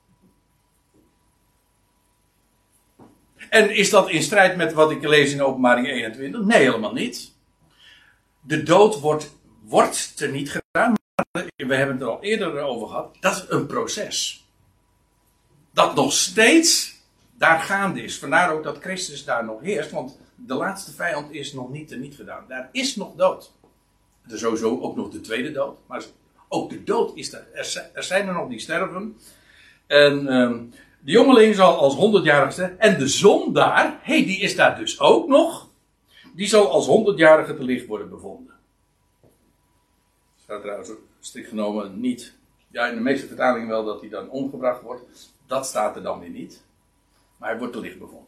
Speaker 1: En is dat in strijd met wat ik lees in Openbaring eenentwintig? Nee, helemaal niet. De dood wordt, wordt teniet gedaan. We hebben het er al eerder over gehad. Dat is een proces. Dat nog steeds daar gaande is. Vandaar ook dat Christus daar nog heerst. Want de laatste vijand is nog niet teniet gedaan. Daar is nog dood. Er is sowieso ook nog de tweede dood. Maar ook de dood is er. Er zijn er nog die sterven. En um, de jongeling zal als honderdjarige sterven. En de zondaar, hé, hey, die is daar dus ook nog. Die zal als honderdjarige te licht worden bevonden. Staat trouwens strikt genomen niet. Ja, in de meeste vertalingen wel dat hij dan omgebracht wordt. Dat staat er dan weer niet. Maar hij wordt te licht bevonden.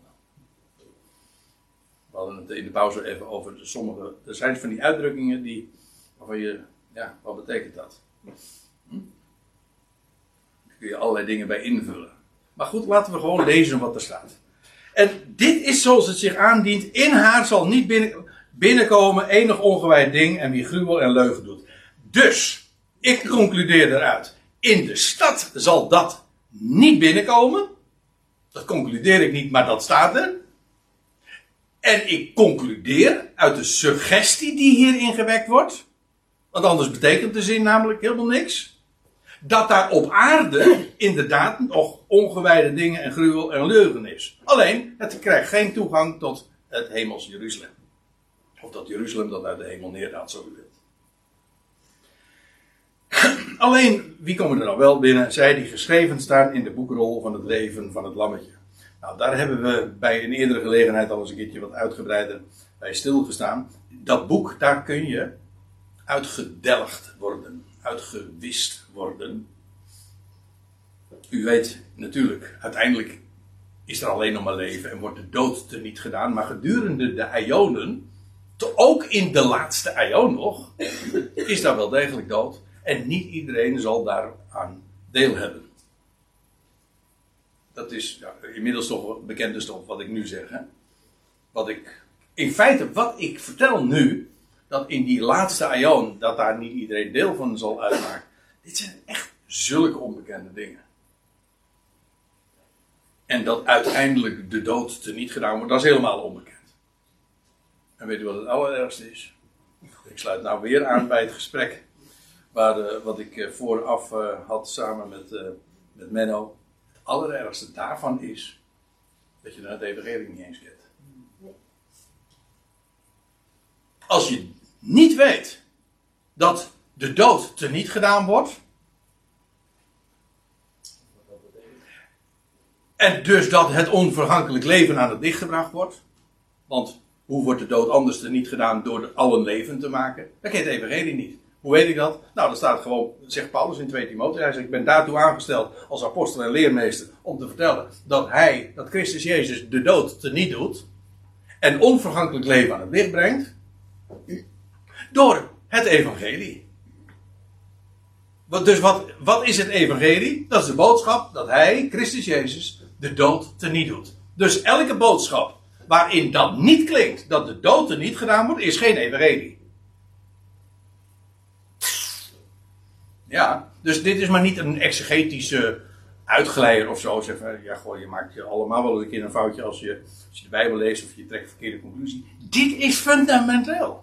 Speaker 1: We hadden het in de pauze even over de sommige... Er zijn van die uitdrukkingen die... Waarvan je... Ja, wat betekent dat? Hm? Daar kun je allerlei dingen bij invullen. Maar goed, laten we gewoon lezen wat er staat. En dit is zoals het zich aandient. In haar zal niet binnen, binnenkomen enig ongewijd ding. En wie gruwel en leugen doet. Dus, ik concludeer eruit. In de stad zal dat niet binnenkomen. Dat concludeer ik niet, maar dat staat er. En ik concludeer uit de suggestie die hierin gewekt wordt. Want anders betekent de zin namelijk helemaal niks. Dat daar op aarde inderdaad nog ongewijde dingen en gruwel en leugen is. Alleen, het krijgt geen toegang tot het hemels Jeruzalem. Of dat Jeruzalem dat uit de hemel neerdaalt, zo u wilt. Alleen, wie komen er nou wel binnen? Zij die geschreven staan in de boekrol van het leven van het lammetje. Nou, daar hebben we bij een eerdere gelegenheid al eens een keertje wat uitgebreider bij stilgestaan. Dat boek, daar kun je uitgedelgd worden, uitgewist worden. U weet natuurlijk, uiteindelijk is er alleen nog maar leven en wordt de dood teniet gedaan. Maar gedurende de eonen, ook in de laatste eon nog, is daar wel degelijk dood. En niet iedereen zal daaraan deel hebben. Dat is ja, inmiddels toch bekende stof wat ik nu zeg. Hè? Wat ik, in feite, wat ik vertel nu, dat in die laatste aion, dat daar niet iedereen deel van zal uitmaken. Dit zijn echt zulke onbekende dingen. En dat uiteindelijk de dood teniet gedaan wordt, dat is helemaal onbekend. En weet u wat het allerergste is? Ik sluit nou weer aan bij het gesprek waar, uh, wat ik uh, vooraf uh, had samen met, uh, met Menno. Het allerergste daarvan is dat je dan het evangelie niet eens kent. Als je niet weet dat de dood teniet gedaan wordt, en dus dat het onvergankelijk leven aan het licht gebracht wordt, want hoe wordt de dood anders teniet gedaan door allen levend te maken? Dat kent de evangelie niet. Hoe weet ik dat? Nou, dat staat gewoon, zegt Paulus in twee Timotheüs. Hij zegt, ik ben daartoe aangesteld als apostel en leermeester om te vertellen dat hij, dat Christus Jezus de dood teniet doet en onvergankelijk leven aan het licht brengt door het evangelie. Dus wat, wat is het evangelie? Dat is de boodschap dat hij, Christus Jezus, de dood teniet doet. Dus elke boodschap waarin dat niet klinkt, dat de dood teniet gedaan wordt, is geen evangelie. Ja, dus dit is maar niet een exegetische uitgeleider of zo. Zeg van, ja, goh, je maakt je allemaal wel een keer een foutje als je, als je de Bijbel leest of je trekt een verkeerde conclusie. Dit is fundamenteel.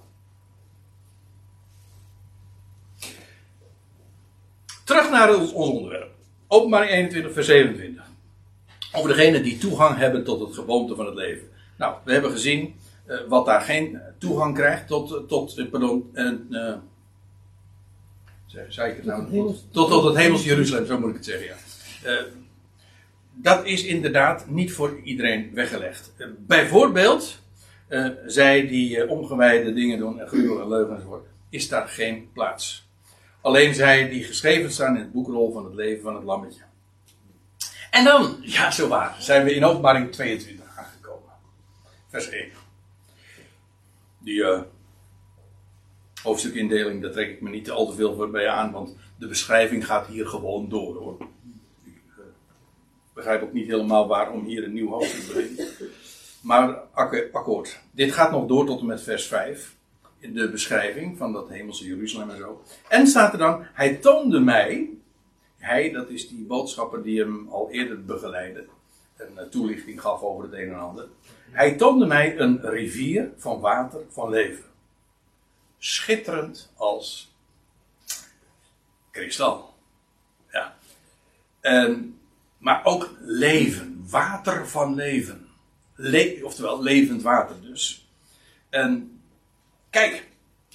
Speaker 1: Terug naar ons, ons onderwerp. Openbaring eenentwintig, vers zevenentwintig. Over degenen die toegang hebben tot het geboomte van het leven. Nou, we hebben gezien uh, wat daar geen toegang krijgt tot, tot uh, pardon, uh, uh, zei ik het nou goed? Tot, tot het hemels Jeruzalem, zo moet ik het zeggen, ja. Uh, dat is inderdaad niet voor iedereen weggelegd. Uh, bijvoorbeeld, uh, zij die uh, ongewijde dingen doen en gruwel en leugen enzovoort, is daar geen plaats. Alleen zij die geschreven staan in het boekrol van het leven van het lammetje. En dan, ja zo waar, zijn we in openbaring tweeëntwintig aangekomen. Vers één. Die uh, hoofdstukindeling, daar trek ik me niet al te veel bij aan, want de beschrijving gaat hier gewoon door, hoor. Ik uh, begrijp ook niet helemaal waarom hier een nieuw hoofdstuk begint. Maar akkoord. Dit gaat nog door tot en met vers vijf. In de beschrijving van dat hemelse Jeruzalem en zo. En staat er dan, hij toonde mij, hij, dat is die boodschapper die hem al eerder begeleidde, een toelichting gaf over het een en ander. Hij toonde mij een rivier van water van leven. Schitterend als kristal. Ja. En, maar ook leven, water van leven. Le- oftewel levend water dus. En kijk,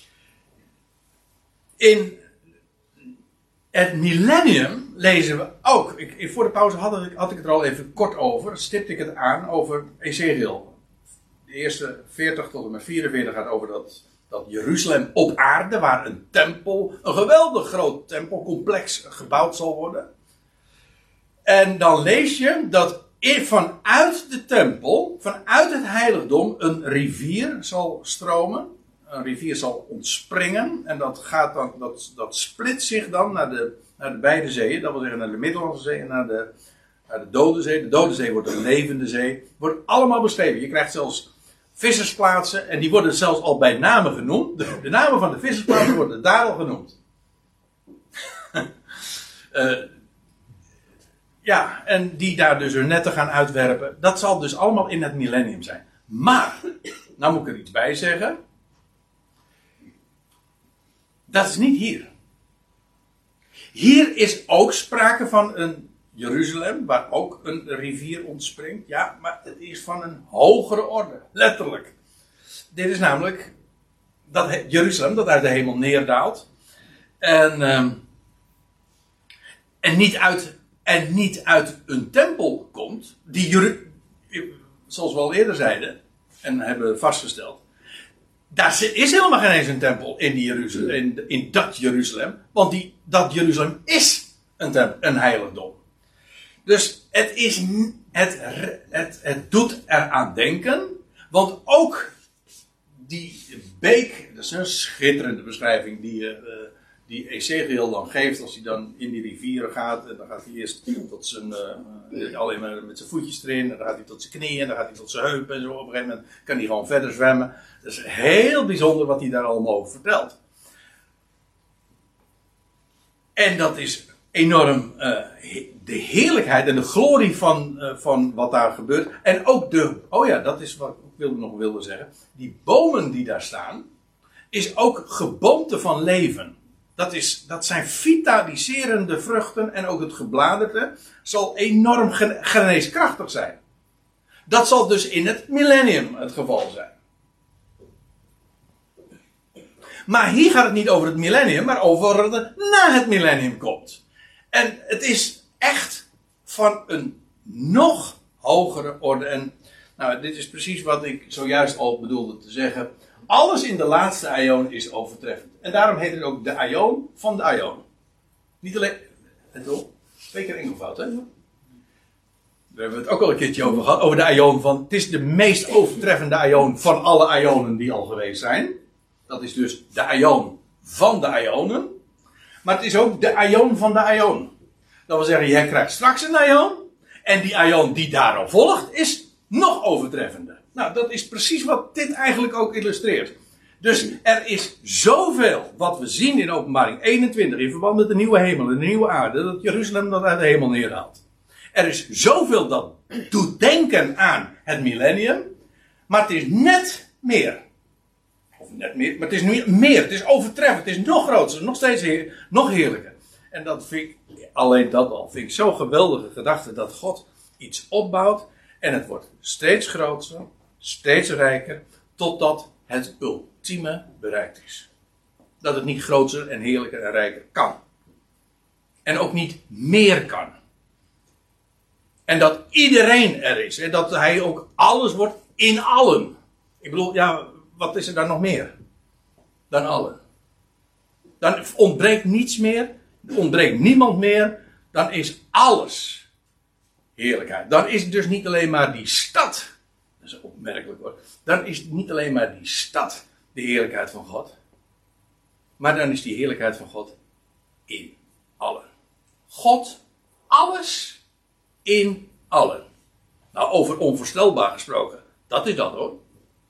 Speaker 1: in het millennium lezen we ook, ik, voor de pauze had ik, had ik het er al even kort over, stipte ik het aan over Ezekiel. De eerste veertig tot en met vierenveertig gaat over dat, dat Jeruzalem op aarde, waar een tempel, een geweldig groot tempelcomplex gebouwd zal worden. En dan lees je dat vanuit de tempel, vanuit het heiligdom, een rivier zal stromen. Een rivier zal ontspringen en dat, gaat dan, dat, dat splitst zich dan naar de, naar de beide zeeën. Dat wil zeggen naar de Middellandse Zee en naar de, naar de Dode Zee. De Dode Zee wordt een levende zee. Wordt allemaal beschreven. Je krijgt zelfs vissersplaatsen en die worden zelfs al bij namen genoemd. De, de namen van de vissersplaatsen worden daar al genoemd. uh, ja, en die daar dus hun netten gaan uitwerpen. Dat zal dus allemaal in het millennium zijn. Maar, nou moet ik er iets bij zeggen. Dat is niet hier. Hier is ook sprake van een Jeruzalem, waar ook een rivier ontspringt. Ja, maar het is van een hogere orde, letterlijk. Dit is namelijk dat Jeruzalem dat uit de hemel neerdaalt. En, um, en, niet uit, en niet uit een tempel komt, die, Jeru- zoals we al eerder zeiden en hebben vastgesteld. Daar is helemaal geen eens een tempel in, die Jeruzalem, in, in dat Jeruzalem. Want die, dat Jeruzalem is een, tempel, een heiligdom. Dus het, is, het, het, het doet eraan denken. Want ook die beek, dat is een schitterende beschrijving die, uh, die Ezekiel dan geeft als hij dan in die rivieren gaat. En dan gaat hij eerst tot zijn, uh, alleen maar met zijn voetjes erin. En dan gaat hij tot zijn knieën. En dan gaat hij tot zijn heupen. En zo op een gegeven moment kan hij gewoon verder zwemmen. Dat is heel bijzonder wat hij daar allemaal over vertelt. En dat is enorm uh, de heerlijkheid en de glorie van, uh, van wat daar gebeurt. En ook de, oh ja, dat is wat ik wilde, nog wilde zeggen. Die bomen die daar staan, is ook geboomte van leven. Dat, is, dat zijn vitaliserende vruchten en ook het gebladerte zal enorm geneeskrachtig zijn. Dat zal dus in het millennium het geval zijn. Maar hier gaat het niet over het millennium, maar over wat er na het millennium komt. En het is echt van een nog hogere orde. En nou, dit is precies wat ik zojuist al bedoelde te zeggen. Alles in de laatste aion is overtreffend. En daarom heet het ook de aion van de aion. Niet alleen... Het wil twee keer enkelvoud, hè? Daar hebben we het ook al een keertje over gehad. Over de aion van... Het is de meest overtreffende aion van alle aionen die al geweest zijn. Dat is dus de aion van de aionen. Maar het is ook de aion van de aion. Dat wil zeggen, je krijgt straks een aion. En die aion die daarop volgt is nog overtreffender. Nou, dat is precies wat dit eigenlijk ook illustreert. Dus er is zoveel wat we zien in Openbaring eenentwintig in verband met de nieuwe hemel en de nieuwe aarde, dat Jeruzalem dat uit de hemel neerhaalt. Er is zoveel dat doet denken aan het millennium, maar het is net meer. Of net meer, maar het is nu meer. Het is overtreffend, het is nog groter, nog steeds heer, nog heerlijker. En dat vind ik, alleen dat al, vind ik zo'n geweldige gedachte dat God iets opbouwt en het wordt steeds groter, steeds rijker, totdat het ultieme bereikt is. Dat het niet groter en heerlijker en rijker kan. En ook niet meer kan. En dat iedereen er is. En dat hij ook alles wordt in allen. Ik bedoel, ja, wat is er dan nog meer? Dan allen. Dan ontbreekt niets meer. Er ontbreekt niemand meer. Dan is alles heerlijkheid. Dan is het dus niet alleen maar die stad. Dat is opmerkelijk hoor. Dan is het niet alleen maar die stad de heerlijkheid van God. Maar dan is die heerlijkheid van God in allen. God, alles in allen. Nou, over onvoorstelbaar gesproken. Dat is dat hoor.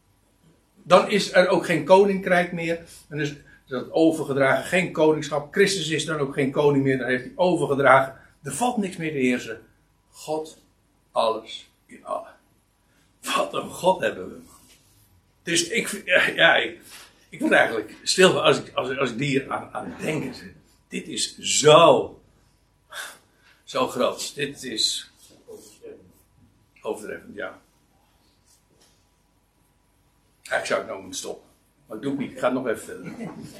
Speaker 1: Dan is er ook geen koninkrijk meer. Dan is dat overgedragen, geen koningschap. Christus is dan ook geen koning meer. Dan heeft hij overgedragen. Er valt niks meer te heersen. God, alles in allen. Wat een God hebben we. Dus ik, ja, ik, ik word eigenlijk stil als ik, als, als ik hier aan, aan het denken zit. Dit is zo, zo groot. Dit is overtreffend, ja. Eigenlijk zou ik nou moeten stoppen. Maar ik doe het niet, ik ga het nog even verder.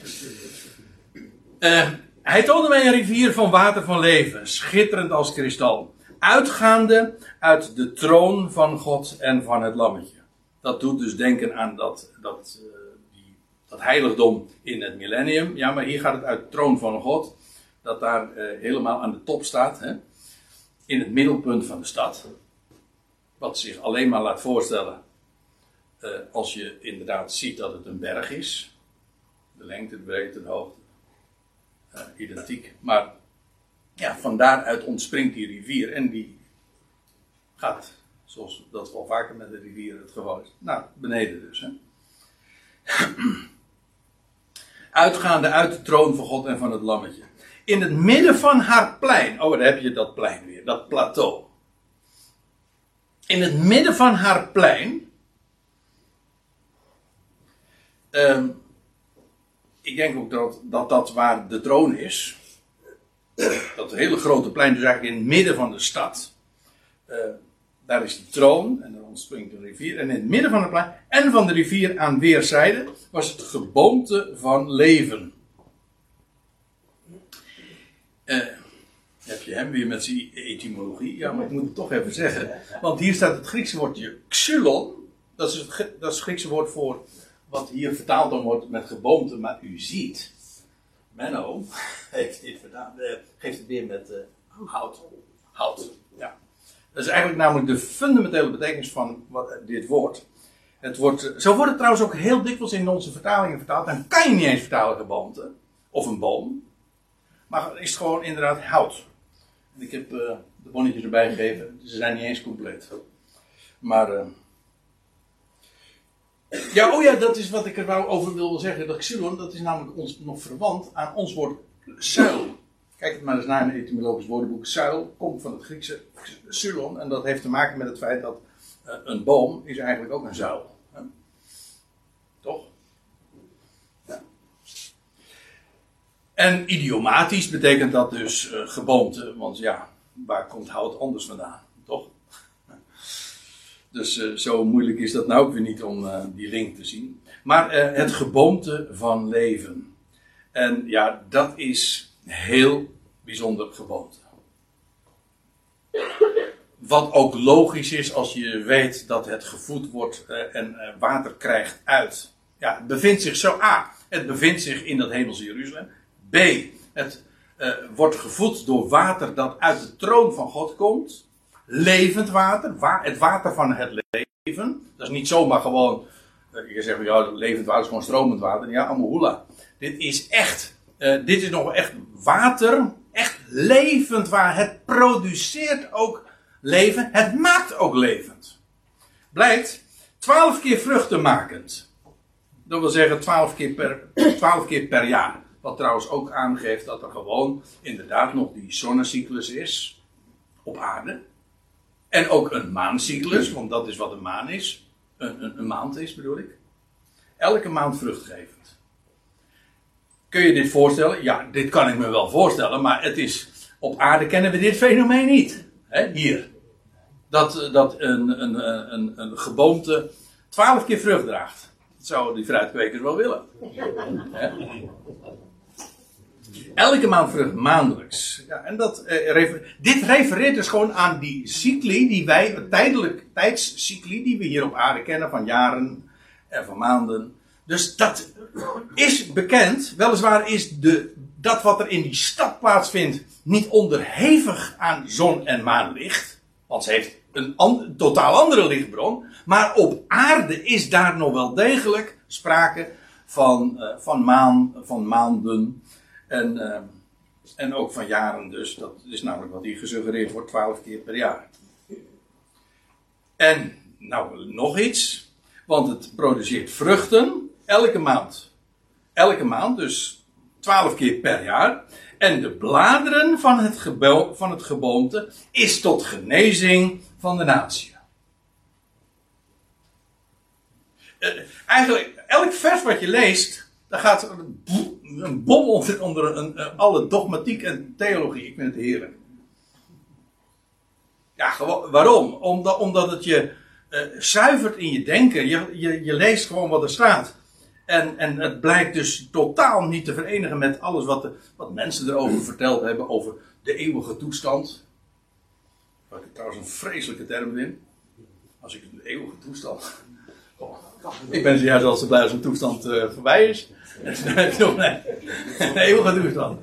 Speaker 1: Uh, hij toonde mij een rivier van water van leven, schitterend als kristal. Uitgaande uit de troon van God en van het lammetje. Dat doet dus denken aan dat, dat, uh, die, dat heiligdom in het millennium. Ja, maar hier gaat het uit de troon van God. Dat daar uh, helemaal aan de top staat. Hè? In het middelpunt van de stad. Wat zich alleen maar laat voorstellen. Uh, als je inderdaad ziet dat het een berg is. De lengte, de breedte, de hoogte. Uh, identiek. Maar ja, van daaruit ontspringt die rivier. En die gaat, zoals dat wel vaker met de rivier het geval is, naar beneden dus. Hè. Uitgaande uit de troon van God en van het lammetje. In het midden van haar plein. Oh, daar heb je dat plein weer. Dat plateau. In het midden van haar plein. Um, ik denk ook dat, dat dat waar de troon is. Dat hele grote plein, dus eigenlijk in het midden van de stad. Uh, daar is de troon en daar ontspringt een rivier. En in het midden van het plein en van de rivier aan weerszijden was het geboomte van leven. Uh, heb je hem weer met zijn etymologie? Ja, maar ik moet het toch even zeggen. Want hier staat het Griekse woordje xylon. Dat is het, dat is het Griekse woord voor wat hier vertaald dan wordt met geboomte. Maar u ziet, Menno heeft dit vertaald, uh, geeft het weer met uh, hout. Hout, ja. Dat is eigenlijk namelijk de fundamentele betekenis van wat, uh, dit woord. Het wordt, uh, zo wordt het trouwens ook heel dikwijls in onze vertalingen vertaald. Dan kan je niet eens vertalen geboomte. Of een boom. Maar is het gewoon inderdaad hout. En ik heb uh, de bonnetjes erbij gegeven. Ze zijn niet eens compleet. Maar... Uh... Ja, oh ja, dat is wat ik er wou over wil zeggen. Dat xylon, dat is namelijk ons nog verwant aan ons woord zuil. Kijk het maar eens naar in het etymologisch woordenboek. Zuil komt van het Griekse xylon. En dat heeft te maken met het feit dat uh, een boom is eigenlijk ook een zuil. Hè? Toch? Ja. En idiomatisch betekent dat dus uh, geboomte. Want ja, waar komt hout anders vandaan? Toch? Dus uh, zo moeilijk is dat nou ook weer niet om uh, die link te zien. Maar uh, het geboomte van leven. En ja, dat is heel bijzonder geboomte. Wat ook logisch is als je weet dat het gevoed wordt uh, en uh, water krijgt uit. Ja, het bevindt zich zo. A. Het bevindt zich in dat hemelse Jeruzalem. B. Het uh, wordt gevoed door water dat uit de troon van God komt. Levend water, wa- het water van het leven. Dat is niet zomaar gewoon, uh, je zegt, ja, levend water is gewoon stromend water. Ja, amohula. Dit is echt, uh, dit is nog echt water, echt levend water. Het produceert ook leven, het maakt ook levend. Blijkt, twaalf keer vruchtenmakend. Dat wil zeggen twaalf keer per, twaalf keer per jaar. Wat trouwens ook aangeeft dat er gewoon inderdaad nog die zonnecyclus is op aarde. En ook een maancyclus, want dat is wat een maan is. Een, een, een maand is, bedoel ik. Elke maand vruchtgevend. Kun je dit voorstellen? Ja, dit kan ik me wel voorstellen, maar het is, op aarde kennen we dit fenomeen niet. Hè, hier. Dat, dat een, een, een, een geboomte twaalf keer vrucht draagt. Dat zouden die fruitkwekers wel willen. Hè? Elke maand vrucht, maandelijks. Ja, en dat, eh, refer- dit refereert dus gewoon aan die cycli die wij, tijdelijk tijdscycli die we hier op aarde kennen van jaren en van maanden. Dus dat is bekend. Weliswaar is de, dat wat er in die stad plaatsvindt niet onderhevig aan zon en maanlicht. Want ze heeft een, an- een totaal andere lichtbron. Maar op aarde is daar nog wel degelijk sprake van, uh, van, maan, van maanden. En, uh, en ook van jaren dus. Dat is namelijk wat hier gesuggereerd wordt, twaalf keer per jaar. En, nou, nog iets. Want het produceert vruchten. Elke maand. Elke maand, dus twaalf keer per jaar. En de bladeren van het, gebo- van het geboomte is tot genezing van de natie. Uh, eigenlijk, elk vers wat je leest, daar gaat een bom onder, onder een, uh, alle dogmatiek en theologie. Ik vind het heerlijk. Ja, gewoon, waarom? Omdat, omdat het je uh, zuivert in je denken. Je, je, je leest gewoon wat er staat. En, en het blijkt dus totaal niet te verenigen met alles wat, de, wat mensen erover verteld hebben. Over de eeuwige toestand. Wat ik trouwens een vreselijke term vind. Als ik de eeuwige toestand... Oh, ik ben juist als zo blij als een toestand uh, voorbij is. Een eeuwige toestand.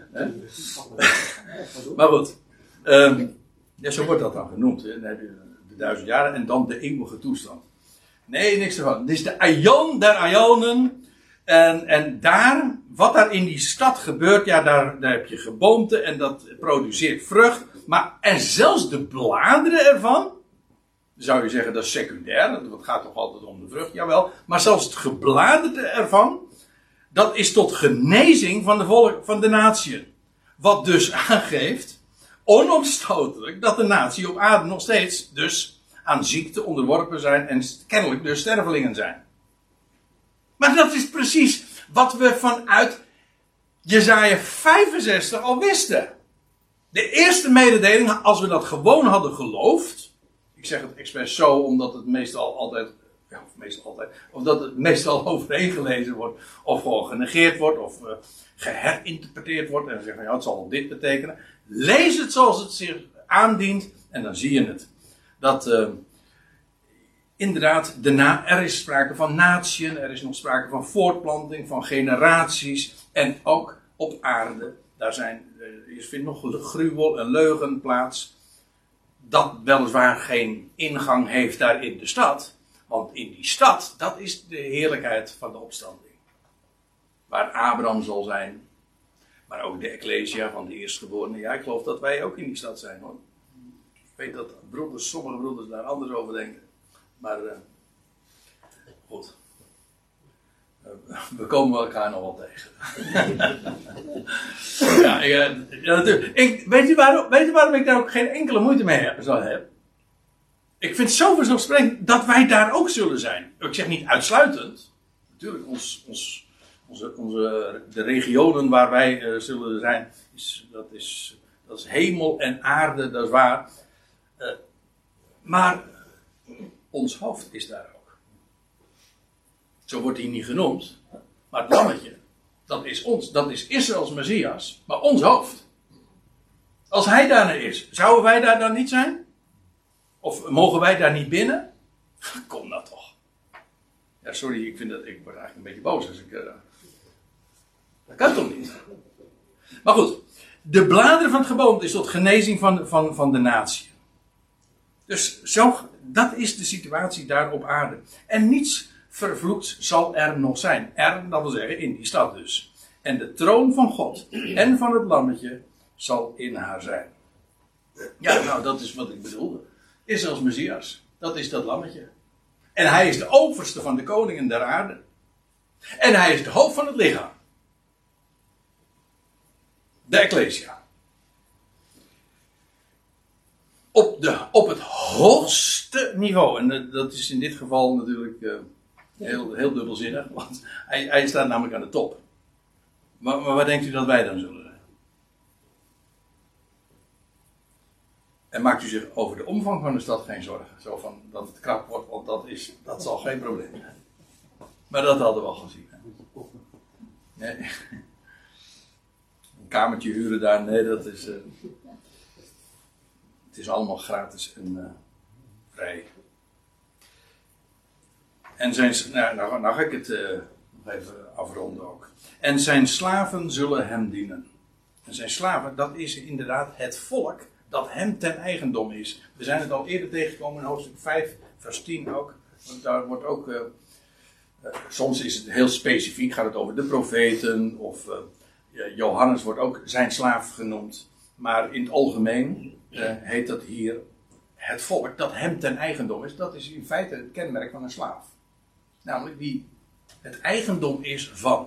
Speaker 1: Maar goed. Um, ja, zo wordt dat dan genoemd. Hè. Dan heb je de duizend jaren en dan de eeuwige toestand. Nee, niks ervan. Het is de aion der aionen. En, en daar, wat daar in die stad gebeurt, ja, daar, daar heb je geboomte en dat produceert vrucht. Maar, en zelfs de bladeren ervan, zou je zeggen dat is secundair, het gaat toch altijd om de vrucht, jawel. Maar zelfs het gebladerte ervan, dat is tot genezing van de, volk, van de natieën. Wat dus aangeeft, onomstotelijk, dat de natie op aarde nog steeds dus aan ziekte onderworpen zijn en kennelijk dus stervelingen zijn. Maar dat is precies wat we vanuit Jesaja vijfenzestig al wisten. De eerste mededeling, als we dat gewoon hadden geloofd. Ik zeg het expres zo, omdat het meestal altijd, ja, of meestal altijd, omdat het meestal overheen gelezen wordt, of gewoon genegeerd wordt, of uh, geherinterpreteerd wordt, en dan zeggen van ja, het zal dit betekenen. Lees het zoals het zich aandient, en dan zie je het. Dat uh, inderdaad, de na- er is sprake van natieën, er is nog sprake van voortplanting, van generaties, en ook op aarde, daar zijn, uh, je vindt nog gruwel en leugen plaats. Dat weliswaar geen ingang heeft daar in de stad. Want in die stad, dat is de heerlijkheid van de opstanding. Waar Abraham zal zijn. Maar ook de Ecclesia van de eerstgeborenen. Ja, ik geloof dat wij ook in die stad zijn, hoor. Ik weet dat broeders, sommige broeders daar anders over denken. Maar uh, goed. Uh, we komen elkaar nog wel tegen. ja, ik, uh, ja, natuurlijk. Ik, weet, u waarom, weet u waarom ik daar ook geen enkele moeite mee heb, zou hebben? Ik vind het zo vanzelfsprekend dat wij daar ook zullen zijn. Ik zeg niet uitsluitend. Natuurlijk, ons, ons, onze, onze, de regionen waar wij uh, zullen zijn, is, dat, is, dat is hemel en aarde, dat is waar. Uh, maar ons hoofd is daar ook. Zo wordt hij niet genoemd. Maar het lammetje, dat is ons. Dat is Israëls Messias, maar ons hoofd. Als hij daar is, zouden wij daar dan niet zijn? Of mogen wij daar niet binnen? Kom nou toch. Ja, sorry, ik vind dat, ik word eigenlijk een beetje boos als ik... Uh, dat kan toch niet? Maar goed, de bladeren van het geboomte is tot genezing van, van, van de natie. Dus zo, dat is de situatie daar op aarde. En niets vervloekt zal er nog zijn. Er, dat wil zeggen, in die stad dus. En de troon van God en van het lammetje zal in haar zijn. Ja, nou, dat is wat ik bedoelde. Israëls Messias. Dat is dat lammetje. En hij is de overste van de koningen der aarde. En hij is de hoofd van het lichaam. De Ecclesia. Op, de, op het hoogste niveau. En dat is in dit geval natuurlijk uh, heel, heel dubbelzinnig. Want hij, hij staat namelijk aan de top. Maar, maar waar denkt u dat wij dan zullen zijn? En maakt u zich over de omvang van de stad geen zorgen. Zo van dat het krap wordt, want dat, is, dat zal geen probleem zijn. Maar dat hadden we al gezien. Hè? Nee. Een kamertje huren daar, nee, dat is... Uh, het is allemaal gratis en uh, vrij. En zijn... Nou, nou, nou ga ik het uh, nog even afronden ook. En zijn slaven zullen hem dienen. En zijn slaven, dat is inderdaad het volk dat hem ten eigendom is. We zijn het al eerder tegengekomen in hoofdstuk vijf, vers tien ook. Want daar wordt ook... Uh, uh, soms is het heel specifiek, gaat het over de profeten. Of uh, Johannes wordt ook zijn slaaf genoemd. Maar in het algemeen uh, heet dat hier het volk dat hem ten eigendom is. Dat is in feite het kenmerk van een slaaf. Namelijk die het eigendom is van.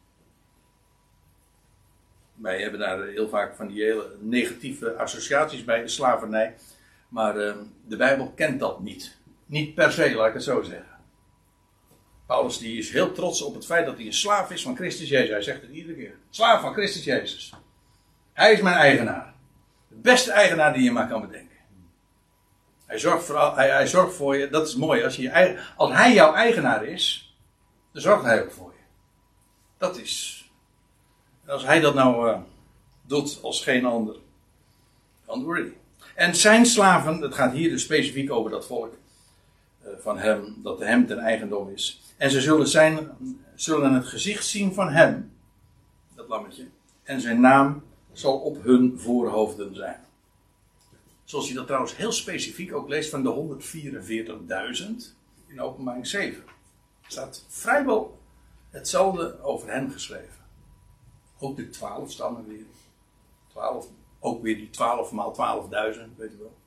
Speaker 1: Wij hebben daar heel vaak van die hele negatieve associaties bij de slavernij. Maar uh, de Bijbel kent dat niet. Niet per se, laat ik het zo zeggen. Paulus die is heel trots op het feit dat hij een slaaf is van Christus Jezus. Hij zegt het iedere keer. Slaaf van Christus Jezus. Hij is mijn eigenaar. De beste eigenaar die je maar kan bedenken. Hij zorgt voor, hij, hij zorgt voor je. Dat is mooi. Als, je eigen, als hij jouw eigenaar is, dan zorgt hij ook voor je. Dat is... En als hij dat nou uh, doet als geen ander, don't worry. En zijn slaven, het gaat hier dus specifiek over dat volk uh, van hem, dat hem ten eigendom is. En ze zullen, zijn, zullen het gezicht zien van hem, dat lammetje. En zijn naam zal op hun voorhoofden zijn. Zoals je dat trouwens heel specifiek ook leest van de honderdvierenveertigduizend in Openbaring zeven. Er staat vrijwel hetzelfde over hen geschreven. Ook de twaalf stammen weer. twaalf, ook weer die twaalf maal twaalfduizend, weet u wel.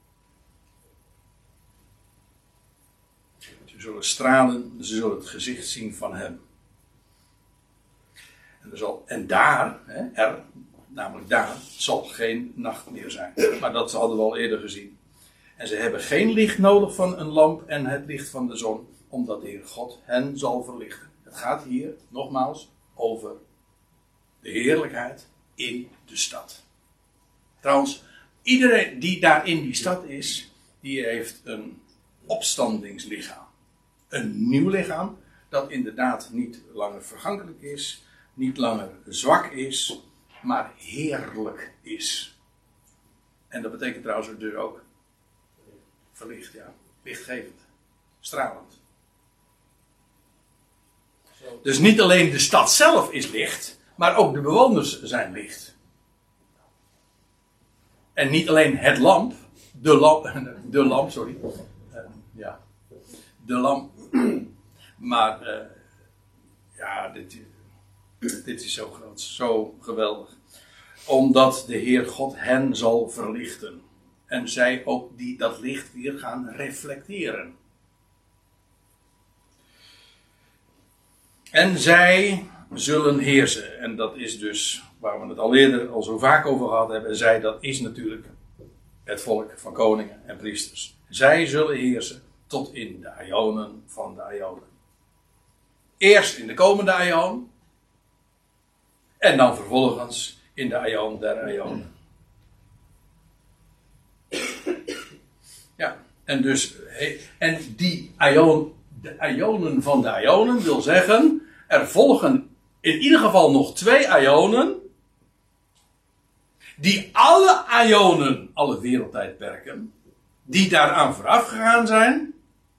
Speaker 1: Ze zullen stralen, ze zullen het gezicht zien van hem. En, er zal, en daar, hè, er, namelijk daar, zal geen nacht meer zijn. Maar dat hadden we al eerder gezien. En ze hebben geen licht nodig van een lamp en het licht van de zon, omdat de Heer God hen zal verlichten. Het gaat hier, nogmaals, over de heerlijkheid in de stad. Trouwens, iedereen die daar in die stad is, die heeft een opstandingslichaam. Een nieuw lichaam, dat inderdaad niet langer vergankelijk is, niet langer zwak is, maar heerlijk is. En dat betekent trouwens dus ook verlicht, ja. Lichtgevend. Stralend. Dus niet alleen de stad zelf is licht, maar ook de bewoners zijn licht. En niet alleen het lamp, de lamp, de lamp, sorry. Uh, ja, de lamp. Maar, uh, ja, dit, dit is zo groot, zo geweldig. Omdat de Heer God hen zal verlichten. En zij ook die dat licht weer gaan reflecteren. En zij zullen heersen. En dat is dus waar we het al eerder al zo vaak over gehad hebben. En zij, dat is natuurlijk het volk van koningen en priesters. Zij zullen heersen tot in de aionen van de aionen. Eerst in de komende aion. En dan vervolgens in de aion der aionen. Ja, en dus, en die aion, de aionen van de aionen wil zeggen, er volgen in ieder geval nog twee aionen, die alle aionen, alle wereldtijdperken, die daaraan vooraf gegaan zijn,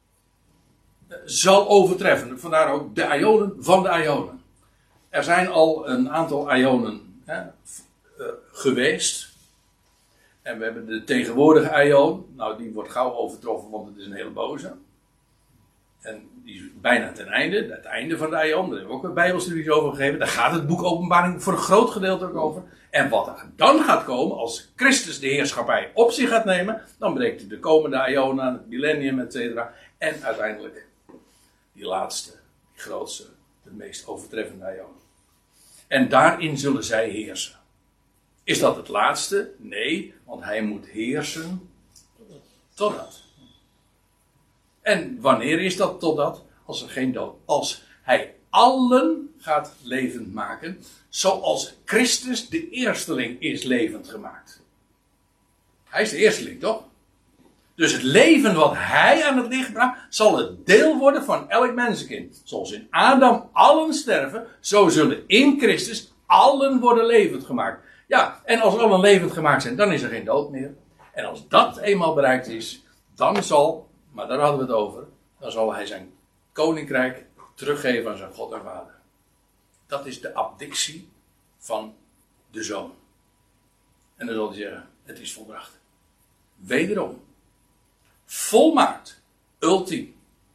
Speaker 1: zal overtreffen. Vandaar ook de aionen van de aionen. Er zijn al een aantal aionen hè, geweest. En we hebben de tegenwoordige aion. Nou, die wordt gauw overtroffen, want het is een hele boze. En die is bijna ten einde. Het einde van de aion. Daar hebben we ook een bijbelstudies over gegeven. Daar gaat het boek Openbaring voor een groot gedeelte ook over. En wat er dan gaat komen, als Christus de heerschappij op zich gaat nemen, dan breekt de komende aion aan, het millennium, et cetera. En uiteindelijk die laatste, die grootste, de meest overtreffende aion. En daarin zullen zij heersen. Is dat het laatste? Nee, want hij moet heersen totdat. En wanneer is dat totdat? Als er geen dood. Als hij allen gaat levend maken, zoals Christus de eersteling is levend gemaakt. Hij is de eersteling, toch? Dus het leven wat hij aan het licht bracht, zal het deel worden van elk mensenkind. Zoals in Adam allen sterven, zo zullen in Christus allen worden levend gemaakt. Ja, en als allen levend gemaakt zijn, dan is er geen dood meer. En als dat eenmaal bereikt is, dan zal, maar daar hadden we het over, dan zal hij zijn koninkrijk teruggeven aan zijn God en Vader. Dat is de abdictie van de Zoon. En dan zal hij zeggen, het is volbracht. Wederom. Volmaakt. Ultiem.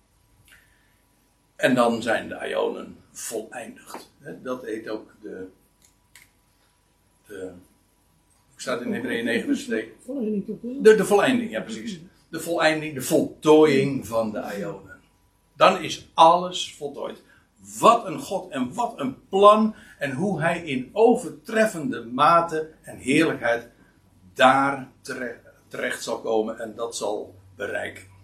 Speaker 1: En dan zijn de aionen voleindigd. Dat heet ook de... de hoe staat het in Hebreeën negen vers twee? De, de voleinding, ja precies. De voleinding, de voltooiing van de aionen. Dan is alles voltooid. Wat een God en wat een plan. En hoe hij in overtreffende mate en heerlijkheid daar terecht, terecht zal komen en dat zal bereiken.